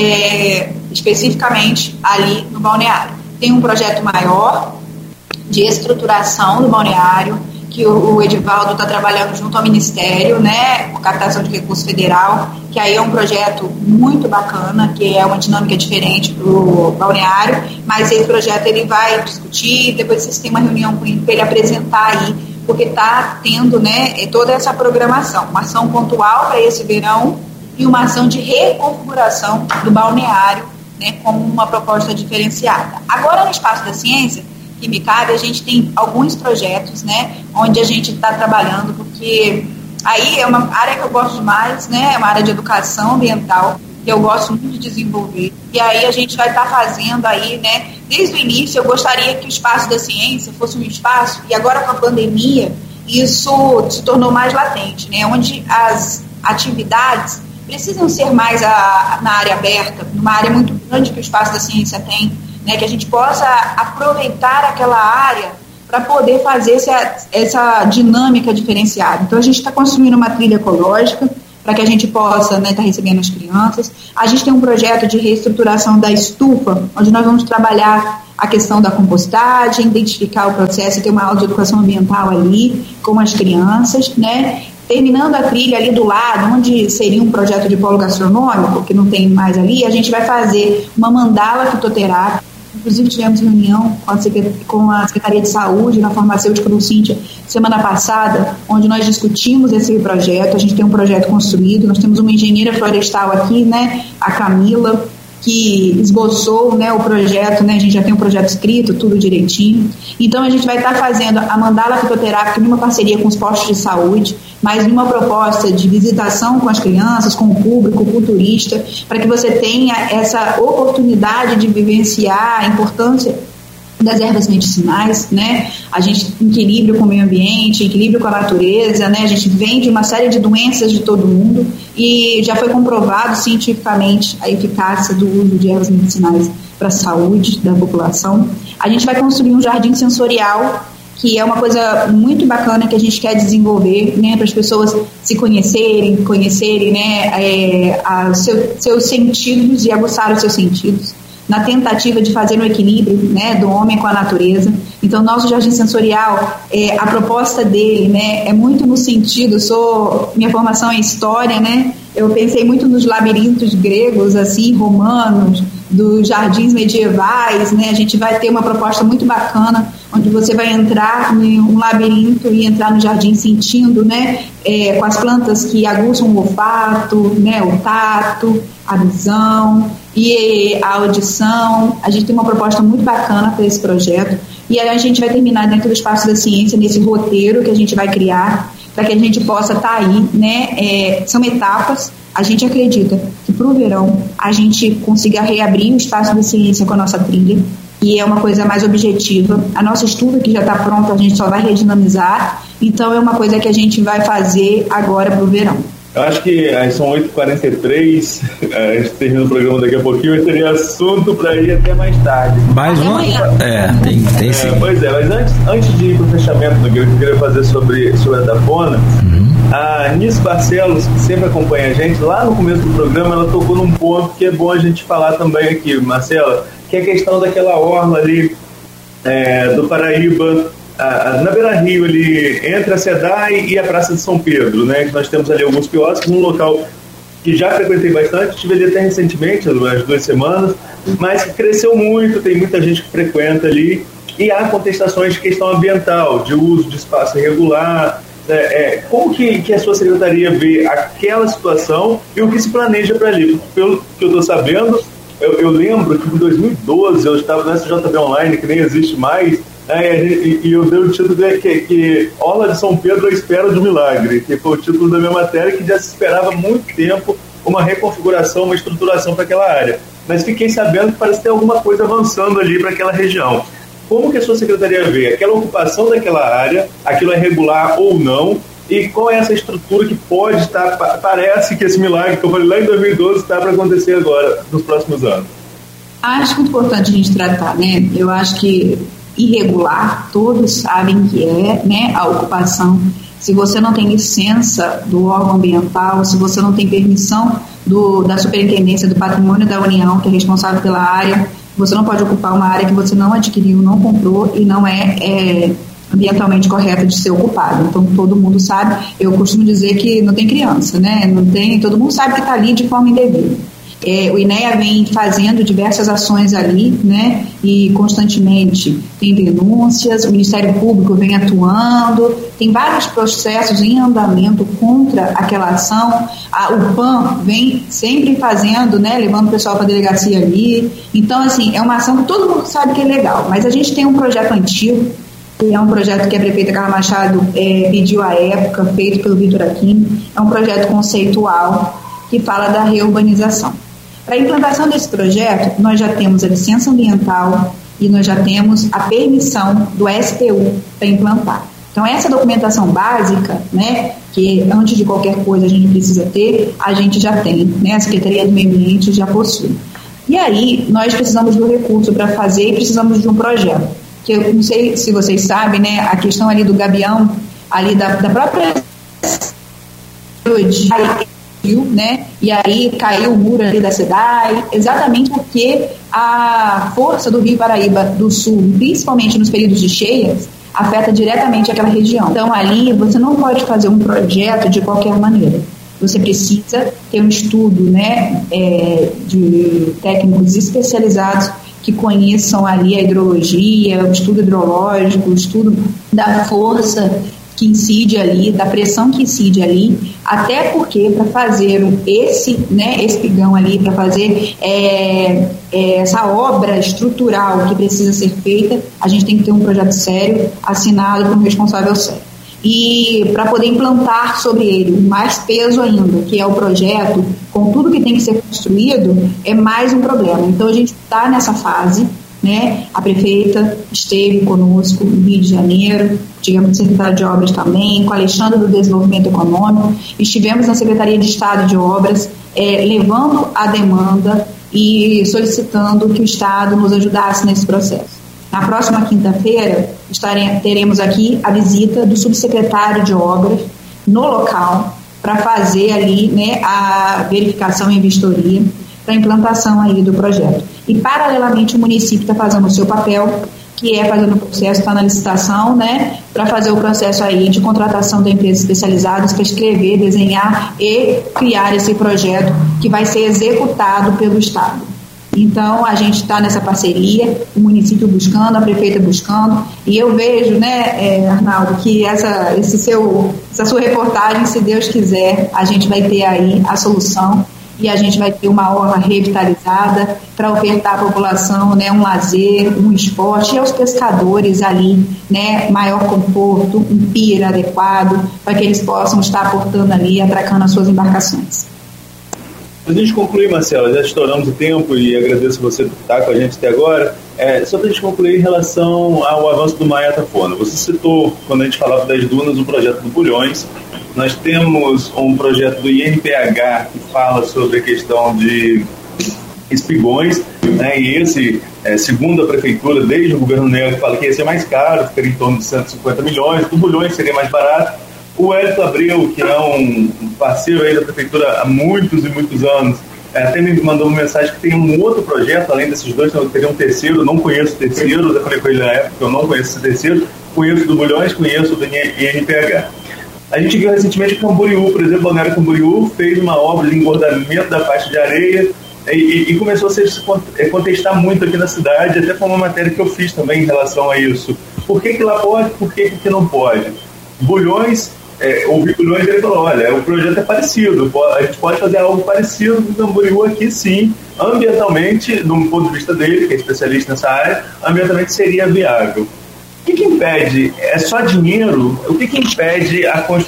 especificamente ali no balneário. Tem um projeto maior de estruturação do balneário, que o Edivaldo está trabalhando junto ao Ministério, né, com captação de recurso federal, que aí é um projeto muito bacana, que é uma dinâmica diferente para o balneário, mas esse projeto ele vai discutir, depois vocês têm uma reunião com ele para ele apresentar aí, porque está tendo, né, toda essa programação, uma ação pontual para esse verão e uma ação de reconfiguração do balneário, né, como uma proposta diferenciada. Agora, no Espaço da Ciência, que me cabe, a gente tem alguns projetos, né, onde a gente está trabalhando, porque aí é uma área que eu gosto demais, né, é uma área de educação ambiental, que eu gosto muito de desenvolver, e aí a gente vai estar fazendo aí, né, desde o início eu gostaria que o Espaço da Ciência fosse um espaço, e agora com a pandemia, isso se tornou mais latente, né, onde as atividades precisam ser mais na área aberta, numa área muito grande que o Espaço da Ciência tem, né, que a gente possa aproveitar aquela área para poder fazer essa dinâmica diferenciada. Então, a gente está construindo uma trilha ecológica para que a gente possa, né, estar recebendo as crianças. A gente tem um projeto de reestruturação da estufa, onde nós vamos trabalhar a questão da compostagem, identificar o processo, ter uma aula de educação ambiental ali com as crianças, né? Terminando a trilha ali do lado, onde seria um projeto de polo gastronômico, que não tem mais ali, a gente vai fazer uma mandala fitoterápica. Inclusive tivemos reunião com a Secretaria de Saúde na farmacêutica do Cíntia semana passada, onde nós discutimos esse projeto. A gente tem um projeto construído, nós temos uma engenheira florestal aqui, né, a Camila, que esboçou, né, o projeto, né, a gente já tem um projeto escrito, tudo direitinho. Então a gente vai estar fazendo a mandala fitoterápica numa parceria com os postos de saúde, mas numa proposta de visitação com as crianças, com o público, com o turista, para que você tenha essa oportunidade de vivenciar a importância das ervas medicinais, né? A gente em equilíbrio com o meio ambiente, em equilíbrio com a natureza, né? A gente vem de uma série de doenças de todo mundo e já foi comprovado cientificamente a eficácia do uso de ervas medicinais para a saúde da população. A gente vai construir um jardim sensorial que é uma coisa muito bacana que a gente quer desenvolver, né, para as pessoas se conhecerem, né, seus sentidos e aguçar os seus sentidos, na tentativa de fazer um equilíbrio, né, do homem com a natureza. Então, nosso jardim sensorial, a proposta dele, né, é muito no sentido, minha formação é história, né, eu pensei muito nos labirintos gregos, assim, romanos, dos jardins medievais, né, a gente vai ter uma proposta muito bacana, onde você vai entrar em um labirinto e entrar no jardim sentindo, né, com as plantas que aguçam o olfato, né, o tato, a visão e a audição. A gente tem uma proposta muito bacana para esse projeto e aí a gente vai terminar dentro do Espaço da Ciência, nesse roteiro que a gente vai criar para que a gente possa estar aí, né, são etapas. A gente acredita que para o verão a gente consiga reabrir o Espaço da Ciência com a nossa trilha, e é uma coisa mais objetiva. A nossa estudo que já está pronta, a gente só vai redinamizar, então é uma coisa que a gente vai fazer agora para o verão. Eu acho que são 8h43, a gente termina o programa daqui a pouquinho, mas teria assunto para ir até mais tarde. Mais uma? Tem sim. Pois é, mas antes de ir para o fechamento do que eu queria fazer sobre a Dapona, a Nice Barcelos, que sempre acompanha a gente, lá no começo do programa ela tocou num ponto que é bom a gente falar também aqui, Marcela, que é a questão daquela orla ali do Paraíba, na Beira-Rio, ali, entre a SEDAI e a Praça de São Pedro, né, que nós temos ali alguns quiosques, num local que já frequentei bastante, estive ali até recentemente, as 2 semanas, mas que cresceu muito, tem muita gente que frequenta ali, e há contestações de questão ambiental, de uso de espaço irregular. Como que a sua secretaria vê aquela situação e o que se planeja para ali? Pelo que eu estou sabendo, eu lembro que em 2012 eu estava no SJB Online, que nem existe mais, e eu dei o título que Orla de São Pedro à espera de um milagre, que foi o título da minha matéria, que já se esperava há muito tempo uma reconfiguração, uma estruturação para aquela área. Mas fiquei sabendo que parece ter alguma coisa avançando ali para aquela região. Como que a sua secretaria vê aquela ocupação daquela área, aquilo é regular ou não, e qual é essa estrutura que pode estar, parece que esse milagre que eu falei lá em 2012 está para acontecer agora, nos próximos anos? Acho muito importante a gente tratar, né? Eu acho que irregular, todos sabem que é, né, a ocupação. Se você não tem licença do órgão ambiental, se você não tem permissão da Superintendência do Patrimônio da União, que é responsável pela área, você não pode ocupar uma área que você não adquiriu, não comprou e não é ambientalmente correta de ser ocupada. Então, todo mundo sabe. Eu costumo dizer que não tem criança, né? Todo mundo sabe que está ali de forma indevida. O INEA vem fazendo diversas ações ali, né? E constantemente tem denúncias, o Ministério Público vem atuando, tem vários processos em andamento contra aquela ação. O PAN vem sempre fazendo, né? Levando o pessoal para a delegacia ali. Então, assim, é uma ação que todo mundo sabe que é legal, mas a gente tem um projeto antigo, que é um projeto que a prefeita Carla Machado pediu à época, feito pelo Vitor Aquino. É um projeto conceitual que fala da reurbanização. Para a implantação desse projeto, nós já temos a licença ambiental e nós já temos a permissão do STU para implantar. Então, essa documentação básica, né, que antes de qualquer coisa a gente precisa ter, a gente já tem, né, a Secretaria do Meio Ambiente já possui. E aí, nós precisamos do recurso para fazer e precisamos de um projeto. Que eu não sei se vocês sabem, né, a questão ali do gabião, ali da própria... né? E aí caiu o muro ali da SEDAI, exatamente porque a força do Rio Paraíba do Sul, principalmente nos períodos de cheias, afeta diretamente aquela região. Então ali você não pode fazer um projeto de qualquer maneira. Você precisa ter um estudo, né, de técnicos especializados que conheçam ali a hidrologia, o estudo hidrológico, o estudo da força que incide ali, da pressão que incide ali, até porque para fazer esse pigão ali, para fazer essa obra estrutural que precisa ser feita, a gente tem que ter um projeto sério, assinado por um responsável sério. E para poder implantar sobre ele mais peso ainda, que é o projeto, com tudo que tem que ser construído, é mais um problema. Então a gente está nessa fase, né? A prefeita esteve conosco no Rio de Janeiro, tivemos o secretário de Obras também, com o Alexandre do Desenvolvimento Econômico, estivemos na Secretaria de Estado de Obras, levando a demanda e solicitando que o Estado nos ajudasse nesse processo. Na próxima quinta-feira, teremos aqui a visita do subsecretário de obras no local para fazer ali, né, a verificação e vistoria para a implantação aí do projeto. E, paralelamente, o município está fazendo o seu papel, que é fazendo o processo, está na licitação, né, para fazer o processo aí de contratação de empresas especializadas para escrever, desenhar e criar esse projeto que vai ser executado pelo Estado. Então, a gente está nessa parceria, o município buscando, a prefeita buscando, e eu vejo, né, Arnaldo, que essa sua reportagem, se Deus quiser, a gente vai ter aí a solução e a gente vai ter uma orla revitalizada para ofertar à população, né, um lazer, um esporte, e aos pescadores ali, né, maior conforto, um pier adequado, para que eles possam estar aportando ali, atracando as suas embarcações. Para a gente concluir, Marcela, já estouramos o tempo e agradeço você por estar com a gente até agora. Só para a gente concluir em relação ao avanço do Maia Tafona. Você citou, quando a gente falava das dunas, o projeto do Bulhões. Nós temos um projeto do INPH que fala sobre a questão de espigões, né? E esse, segundo a prefeitura, desde o governo Negro, fala que ia ser mais caro, ficaria em torno de 150 milhões, do Bulhões seria mais barato. O Hélito Abreu, que é um parceiro aí da prefeitura há muitos e muitos anos, até me mandou uma mensagem que tem um outro projeto, além desses dois, então teria um terceiro, não conheço o terceiro, já falei com ele na época que eu não conheço esse terceiro, conheço do Bulhões, conheço do INPH. A gente viu recentemente que Camboriú, por exemplo, Balneário Camboriú fez uma obra de engordamento da faixa de areia e começou a se contestar muito aqui na cidade, até com uma matéria que eu fiz também em relação a isso. Por que lá pode, por que não pode? Bulhões, ouvi Bulhões e ele falou, olha, o projeto é parecido, a gente pode fazer algo parecido com Camboriú aqui sim, ambientalmente, do ponto de vista dele, que é especialista nessa área, ambientalmente seria viável. O que impede? É só dinheiro? O que impede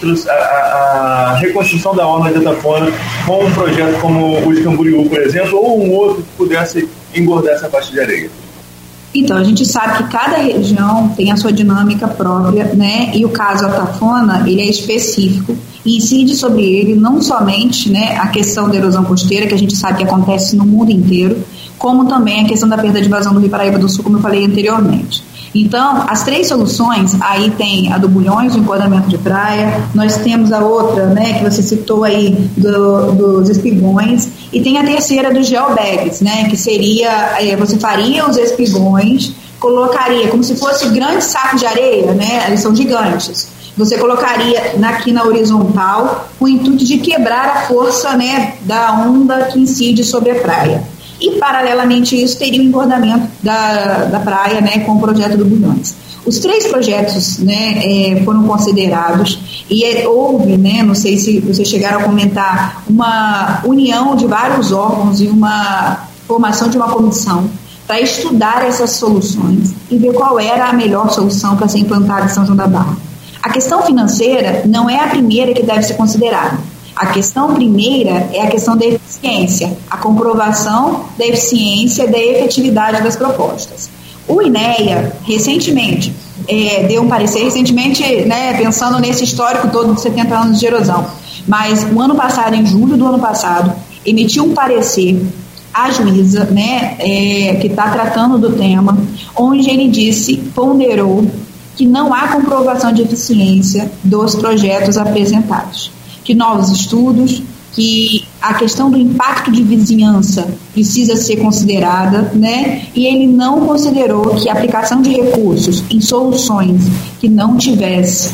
a reconstrução da orla de Tafona com um projeto como o de Camboriú, por exemplo, ou um outro que pudesse engordar essa faixa de areia? Então, a gente sabe que cada região tem a sua dinâmica própria, né? E o caso Tafona, ele é específico e incide sobre ele não somente, né, a questão da erosão costeira, que a gente sabe que acontece no mundo inteiro, como também a questão da perda de vazão do Rio Paraíba do Sul, como eu falei anteriormente. Então, as três soluções, aí tem a do Bulhões, o enquadramento de praia, nós temos a outra, né, que você citou aí, dos espigões, e tem a terceira dos geobags, né, que seria, você faria os espigões, colocaria como se fosse grandes sacos de areia, né, eles são gigantes, você colocaria aqui na horizontal com o intuito de quebrar a força, né, da onda que incide sobre a praia. E, paralelamente a isso, teria o engordamento da praia, né, com o projeto do Bulhões. Os três projetos, né, foram considerados e houve, né, não sei se vocês chegaram a comentar, uma união de vários órgãos e uma formação de uma comissão para estudar essas soluções e ver qual era a melhor solução para ser implantada em São João da Barra. A questão financeira não é a primeira que deve ser considerada. A questão primeira é a questão da eficiência, a comprovação da eficiência e da efetividade das propostas. O INEA, recentemente, deu um parecer, né, pensando nesse histórico todo de 70 anos de erosão, mas o ano passado, em julho do ano passado, emitiu um parecer à juíza, né, que está tratando do tema, onde ele ponderou que não há comprovação de eficiência dos projetos apresentados. Que novos estudos, que a questão do impacto de vizinhança precisa ser considerada, né? E ele não considerou que a aplicação de recursos em soluções que não tivesse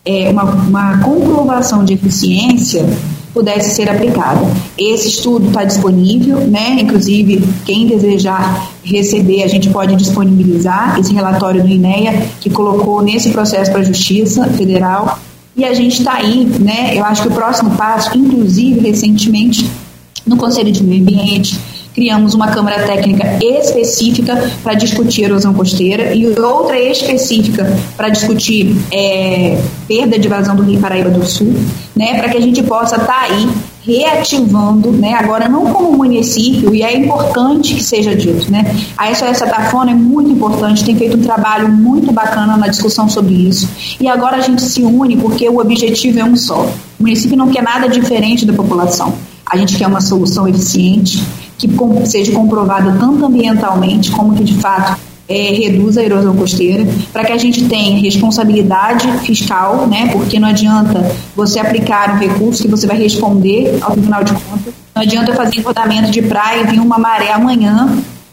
uma comprovação de eficiência pudesse ser aplicada. Esse estudo está disponível, né? Inclusive, quem desejar receber, a gente pode disponibilizar esse relatório do INEA, que colocou nesse processo para a Justiça Federal. E a gente está aí, né? Eu acho que o próximo passo, inclusive recentemente, no Conselho de Meio Ambiente, criamos uma Câmara Técnica específica para discutir erosão costeira e outra específica para discutir perda de vazão do Rio Paraíba do Sul, né? Para que a gente possa estar aí reativando, né, agora não como município, e é importante que seja dito, né, a SOS Tafona é muito importante, tem feito um trabalho muito bacana na discussão sobre isso, e agora a gente se une porque o objetivo é um só. O município não quer nada diferente da população, a gente quer uma solução eficiente, que seja comprovada tanto ambientalmente como que de fato reduz a erosão costeira, para que a gente tenha responsabilidade fiscal, né? Porque não adianta você aplicar um recurso que você vai responder ao Tribunal de Contas, não adianta fazer encanamento de praia e vir uma maré amanhã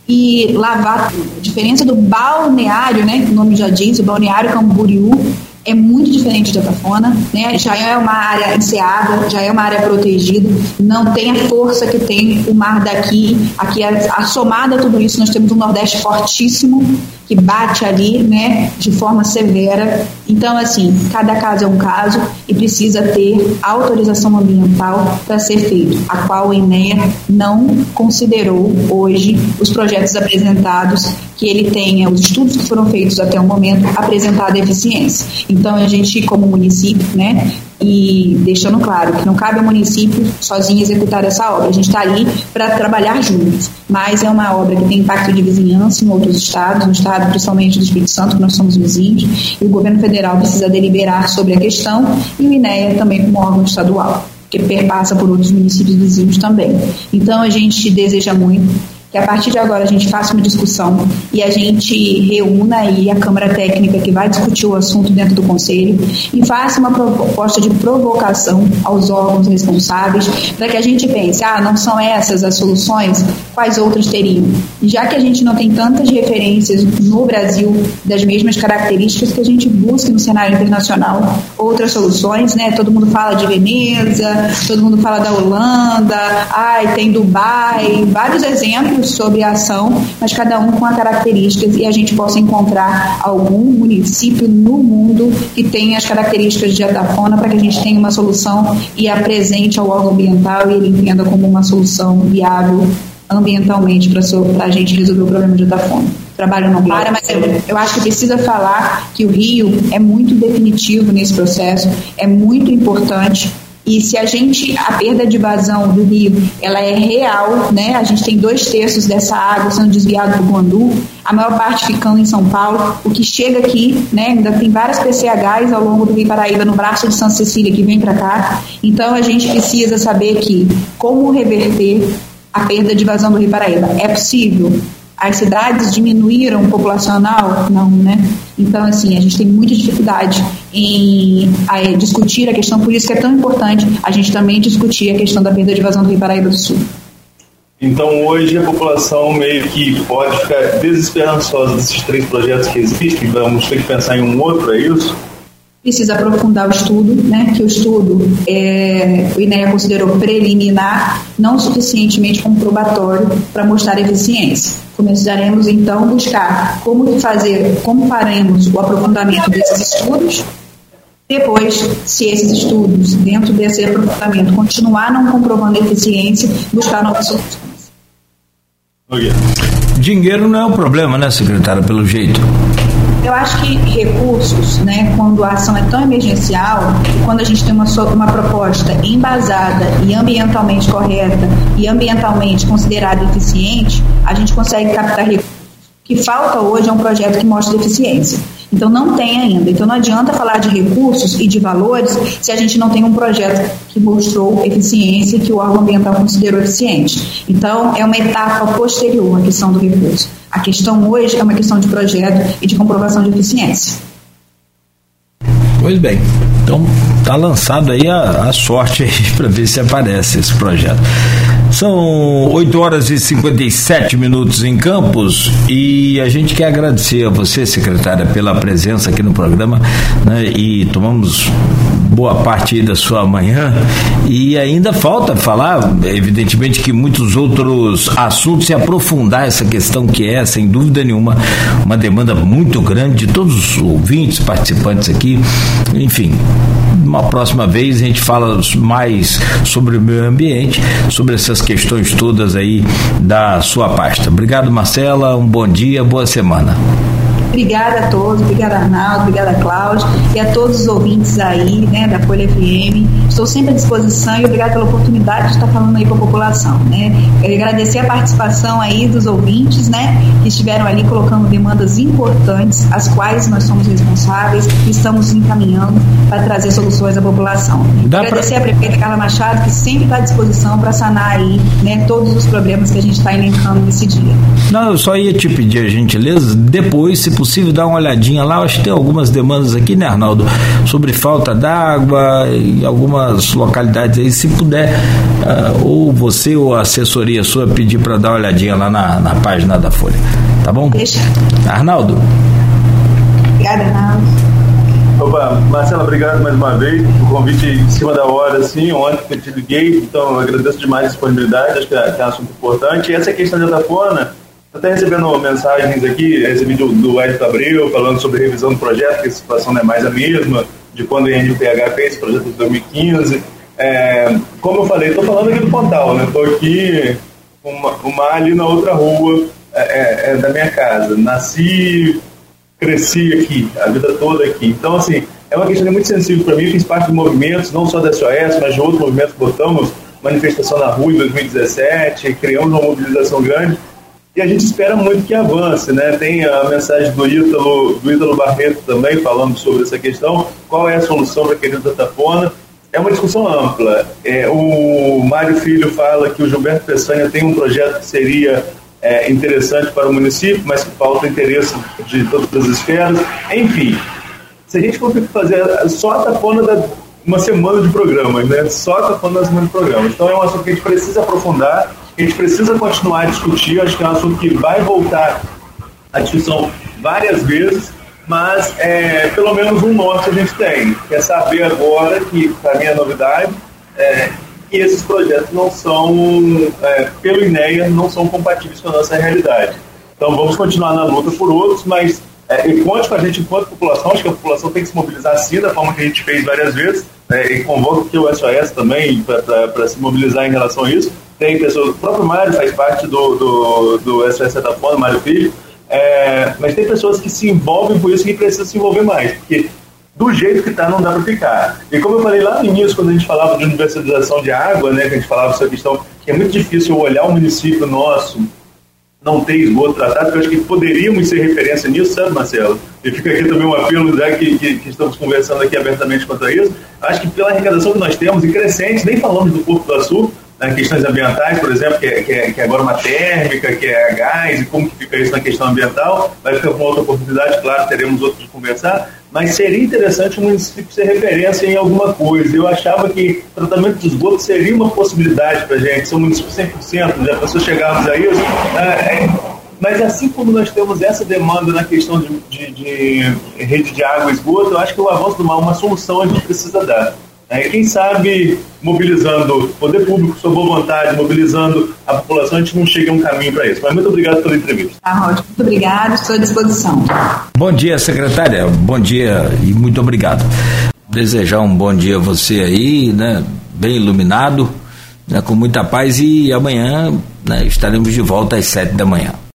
e lavar tudo. A diferença do balneário, né? O nome já diz, o balneário Camboriú, é muito diferente da Tafona, né? Já é uma área enseada, já é uma área protegida, não tem a força que tem o mar daqui. Aqui, somada a tudo isso, nós temos um Nordeste fortíssimo, que bate ali, né, de forma severa. Então, assim, cada caso é um caso e precisa ter autorização ambiental para ser feito, a qual o INEA não considerou hoje os projetos apresentados, que ele tenha, os estudos que foram feitos até o momento, apresentado eficiência. Então, a gente, como município, né, e deixando claro que não cabe ao município sozinho executar essa obra, a gente está ali para trabalhar juntos, mas é uma obra que tem impacto de vizinhança em outros estados, no estado principalmente do Espírito Santo, que nós somos vizinhos, e o governo federal precisa deliberar sobre a questão, e o INEA também como órgão estadual, que perpassa por outros municípios vizinhos também. Então a gente deseja muito que a partir de agora a gente faça uma discussão e a gente reúna aí a Câmara Técnica que vai discutir o assunto dentro do Conselho e faça uma proposta de provocação aos órgãos responsáveis para que a gente pense, não são essas as soluções, quais outras teriam? E já que a gente não tem tantas referências no Brasil das mesmas características, que a gente busque no cenário internacional outras soluções, né? Todo mundo fala de Veneza, todo mundo fala da Holanda, tem Dubai, vários exemplos sobre a ação, mas cada um com as características, e a gente possa encontrar algum município no mundo que tenha as características de Atafona para que a gente tenha uma solução e apresente ao órgão ambiental e ele entenda como uma solução viável ambientalmente para a gente resolver o problema de Atafona. O trabalho não para, mas eu acho que precisa falar que o Rio é muito definitivo nesse processo, é muito importante. E se a perda de vazão do rio, ela é real, né? A gente tem 2/3 dessa água sendo desviada para o Guandu, a maior parte ficando em São Paulo, o que chega aqui, né? Ainda tem várias PCHs ao longo do Rio Paraíba, no braço de Santa Cecília, que vem para cá. Então a gente precisa saber como reverter a perda de vazão do Rio Paraíba. É possível? As cidades diminuíram o populacional? Não, né? Então, assim, a gente tem muita dificuldade em discutir a questão, por isso que é tão importante a gente também discutir a questão da perda de vazão do Rio Paraíba do Sul. Então, hoje, a população meio que pode ficar desesperançosa desses 3 projetos que existem, vamos ter que pensar em um outro, é isso? Precisa aprofundar o estudo, né? Que o estudo o INEA considerou preliminar, não suficientemente comprobatório para mostrar eficiência. Começaremos então a buscar como faremos o aprofundamento desses estudos. Depois, se esses estudos, dentro desse aprofundamento, continuar não comprovando eficiência, buscar novas soluções. Dinheiro não é um problema, né, secretária, pelo jeito? Eu acho que recursos, né, quando a ação é tão emergencial, e quando a gente tem uma proposta embasada e ambientalmente correta e ambientalmente considerada eficiente, a gente consegue captar recursos. O que falta hoje é um projeto que mostre eficiência. Então não tem ainda. Então não adianta falar de recursos e de valores se a gente não tem um projeto que mostrou eficiência e que o órgão ambiental considerou eficiente. Então é uma etapa posterior à questão do recurso. A questão hoje é uma questão de projeto e de comprovação de eficiência. Pois bem, então está lançado aí a sorte aí para ver se aparece esse projeto. São 8h57 em Campos e a gente quer agradecer a você, secretária, pela presença aqui no programa, né? E tomamos boa parte aí da sua manhã e ainda falta falar, evidentemente, que muitos outros assuntos e aprofundar essa questão que é, sem dúvida nenhuma, uma demanda muito grande de todos os ouvintes, participantes aqui. Enfim, uma próxima vez a gente fala mais sobre o meio ambiente, sobre essas questões todas aí da sua pasta. Obrigado, Marcela, um bom dia, boa semana. Obrigada a todos, obrigada Arnaldo, obrigada Cláudio e a todos os ouvintes aí, né, da Folha FM. Estou sempre à disposição e obrigada pela oportunidade de estar falando aí com a população, né. Quero agradecer a participação aí dos ouvintes, né, que estiveram ali colocando demandas importantes, as quais nós somos responsáveis e estamos encaminhando para trazer soluções à população. Agradecer a prefeita Carla Machado, que sempre está à disposição para sanar aí, né, todos os problemas que a gente está elencando nesse dia. Não, eu só ia te pedir a gentileza, depois, se possível, dar uma olhadinha lá. Eu acho que tem algumas demandas aqui, né, Arnaldo, sobre falta d'água em algumas localidades aí, se puder, ou você ou a assessoria sua pedir para dar uma olhadinha lá na página da Folha, tá bom? Deixa. Arnaldo. Obrigada, Arnaldo. Opa, Marcela, obrigado mais uma vez por convite em cima da hora, assim, ontem que eu te liguei, então eu agradeço demais a disponibilidade, acho que é um assunto importante. E essa questão de Atafona, eu estou recebendo mensagens aqui, recebi do Edson Abreu, falando sobre revisão do projeto, que a situação não é mais a mesma, de quando a NPH fez esse projeto de 2015. Como eu falei, estou falando aqui do Pontal, né? Estou aqui, uma ali na outra rua da minha casa. Nasci, cresci aqui, a vida toda aqui. Então, assim, é uma questão muito sensível para mim. Fiz parte de movimentos, não só da SOS, mas de outros movimentos. Botamos manifestação na rua em 2017, criamos uma mobilização grande e a gente espera muito que avance, né? Tem a mensagem do Ítalo Barreto também falando sobre essa questão. Qual é a solução para aquele da Atafona? É uma discussão ampla. O Mário Filho fala que o Gilberto Peçanha tem um projeto que seria interessante para o município, mas que falta interesse de todas as esferas. Enfim, se a gente for fazer só a Atafona uma semana de programas, né? Só a Atafona uma semana de programas. Então é um assunto que a gente precisa aprofundar, que a gente precisa continuar a discutir. Acho que é um assunto que vai voltar à discussão várias vezes, mas pelo menos um norte a gente tem, que é saber agora que, para mim, a novidade que esses projetos não são, pelo INEA, não são compatíveis com a nossa realidade. Então vamos continuar na luta por outros, mas conte com a gente enquanto população. Acho que a população tem que se mobilizar assim, da forma que a gente fez várias vezes, e convoco aqui o SOS também para se mobilizar em relação a isso. Tem pessoas, o próprio Mário faz parte do SOS Atafona, Mário Filho, mas tem pessoas que se envolvem por isso e que precisam se envolver mais, porque do jeito que está não dá para ficar. E como eu falei lá no início, quando a gente falava de universalização de água, né, que a gente falava sobre a questão que é muito difícil olhar um município nosso não ter esgoto tratado, porque eu acho que poderíamos ser referência nisso, sabe, Marcelo? E fica aqui também um apelo, já que estamos conversando aqui abertamente quanto a isso. Acho que pela arrecadação que nós temos, e crescente, nem falamos do Porto do Açu, né, questões ambientais, por exemplo, que é agora uma térmica, que é a gás, e como que fica isso na questão ambiental, vai ficar com outra oportunidade, claro, teremos outros de conversar, mas seria interessante o município ser referência em alguma coisa. Eu achava que tratamento de esgoto seria uma possibilidade para a gente, ser um município 100%, já pensou chegarmos a isso, mas assim como nós temos essa demanda na questão de rede de água e esgoto, eu acho que o avanço de uma solução a gente precisa dar. Quem sabe, mobilizando o poder público, sua boa vontade, mobilizando a população, a gente não chega a um caminho para isso. Mas muito obrigado pela entrevista. Muito obrigado, estou à disposição. Bom dia, secretária. Bom dia e muito obrigado. Desejar um bom dia a você aí, né, bem iluminado, né, com muita paz, e amanhã, né, estaremos de volta às 7 da manhã.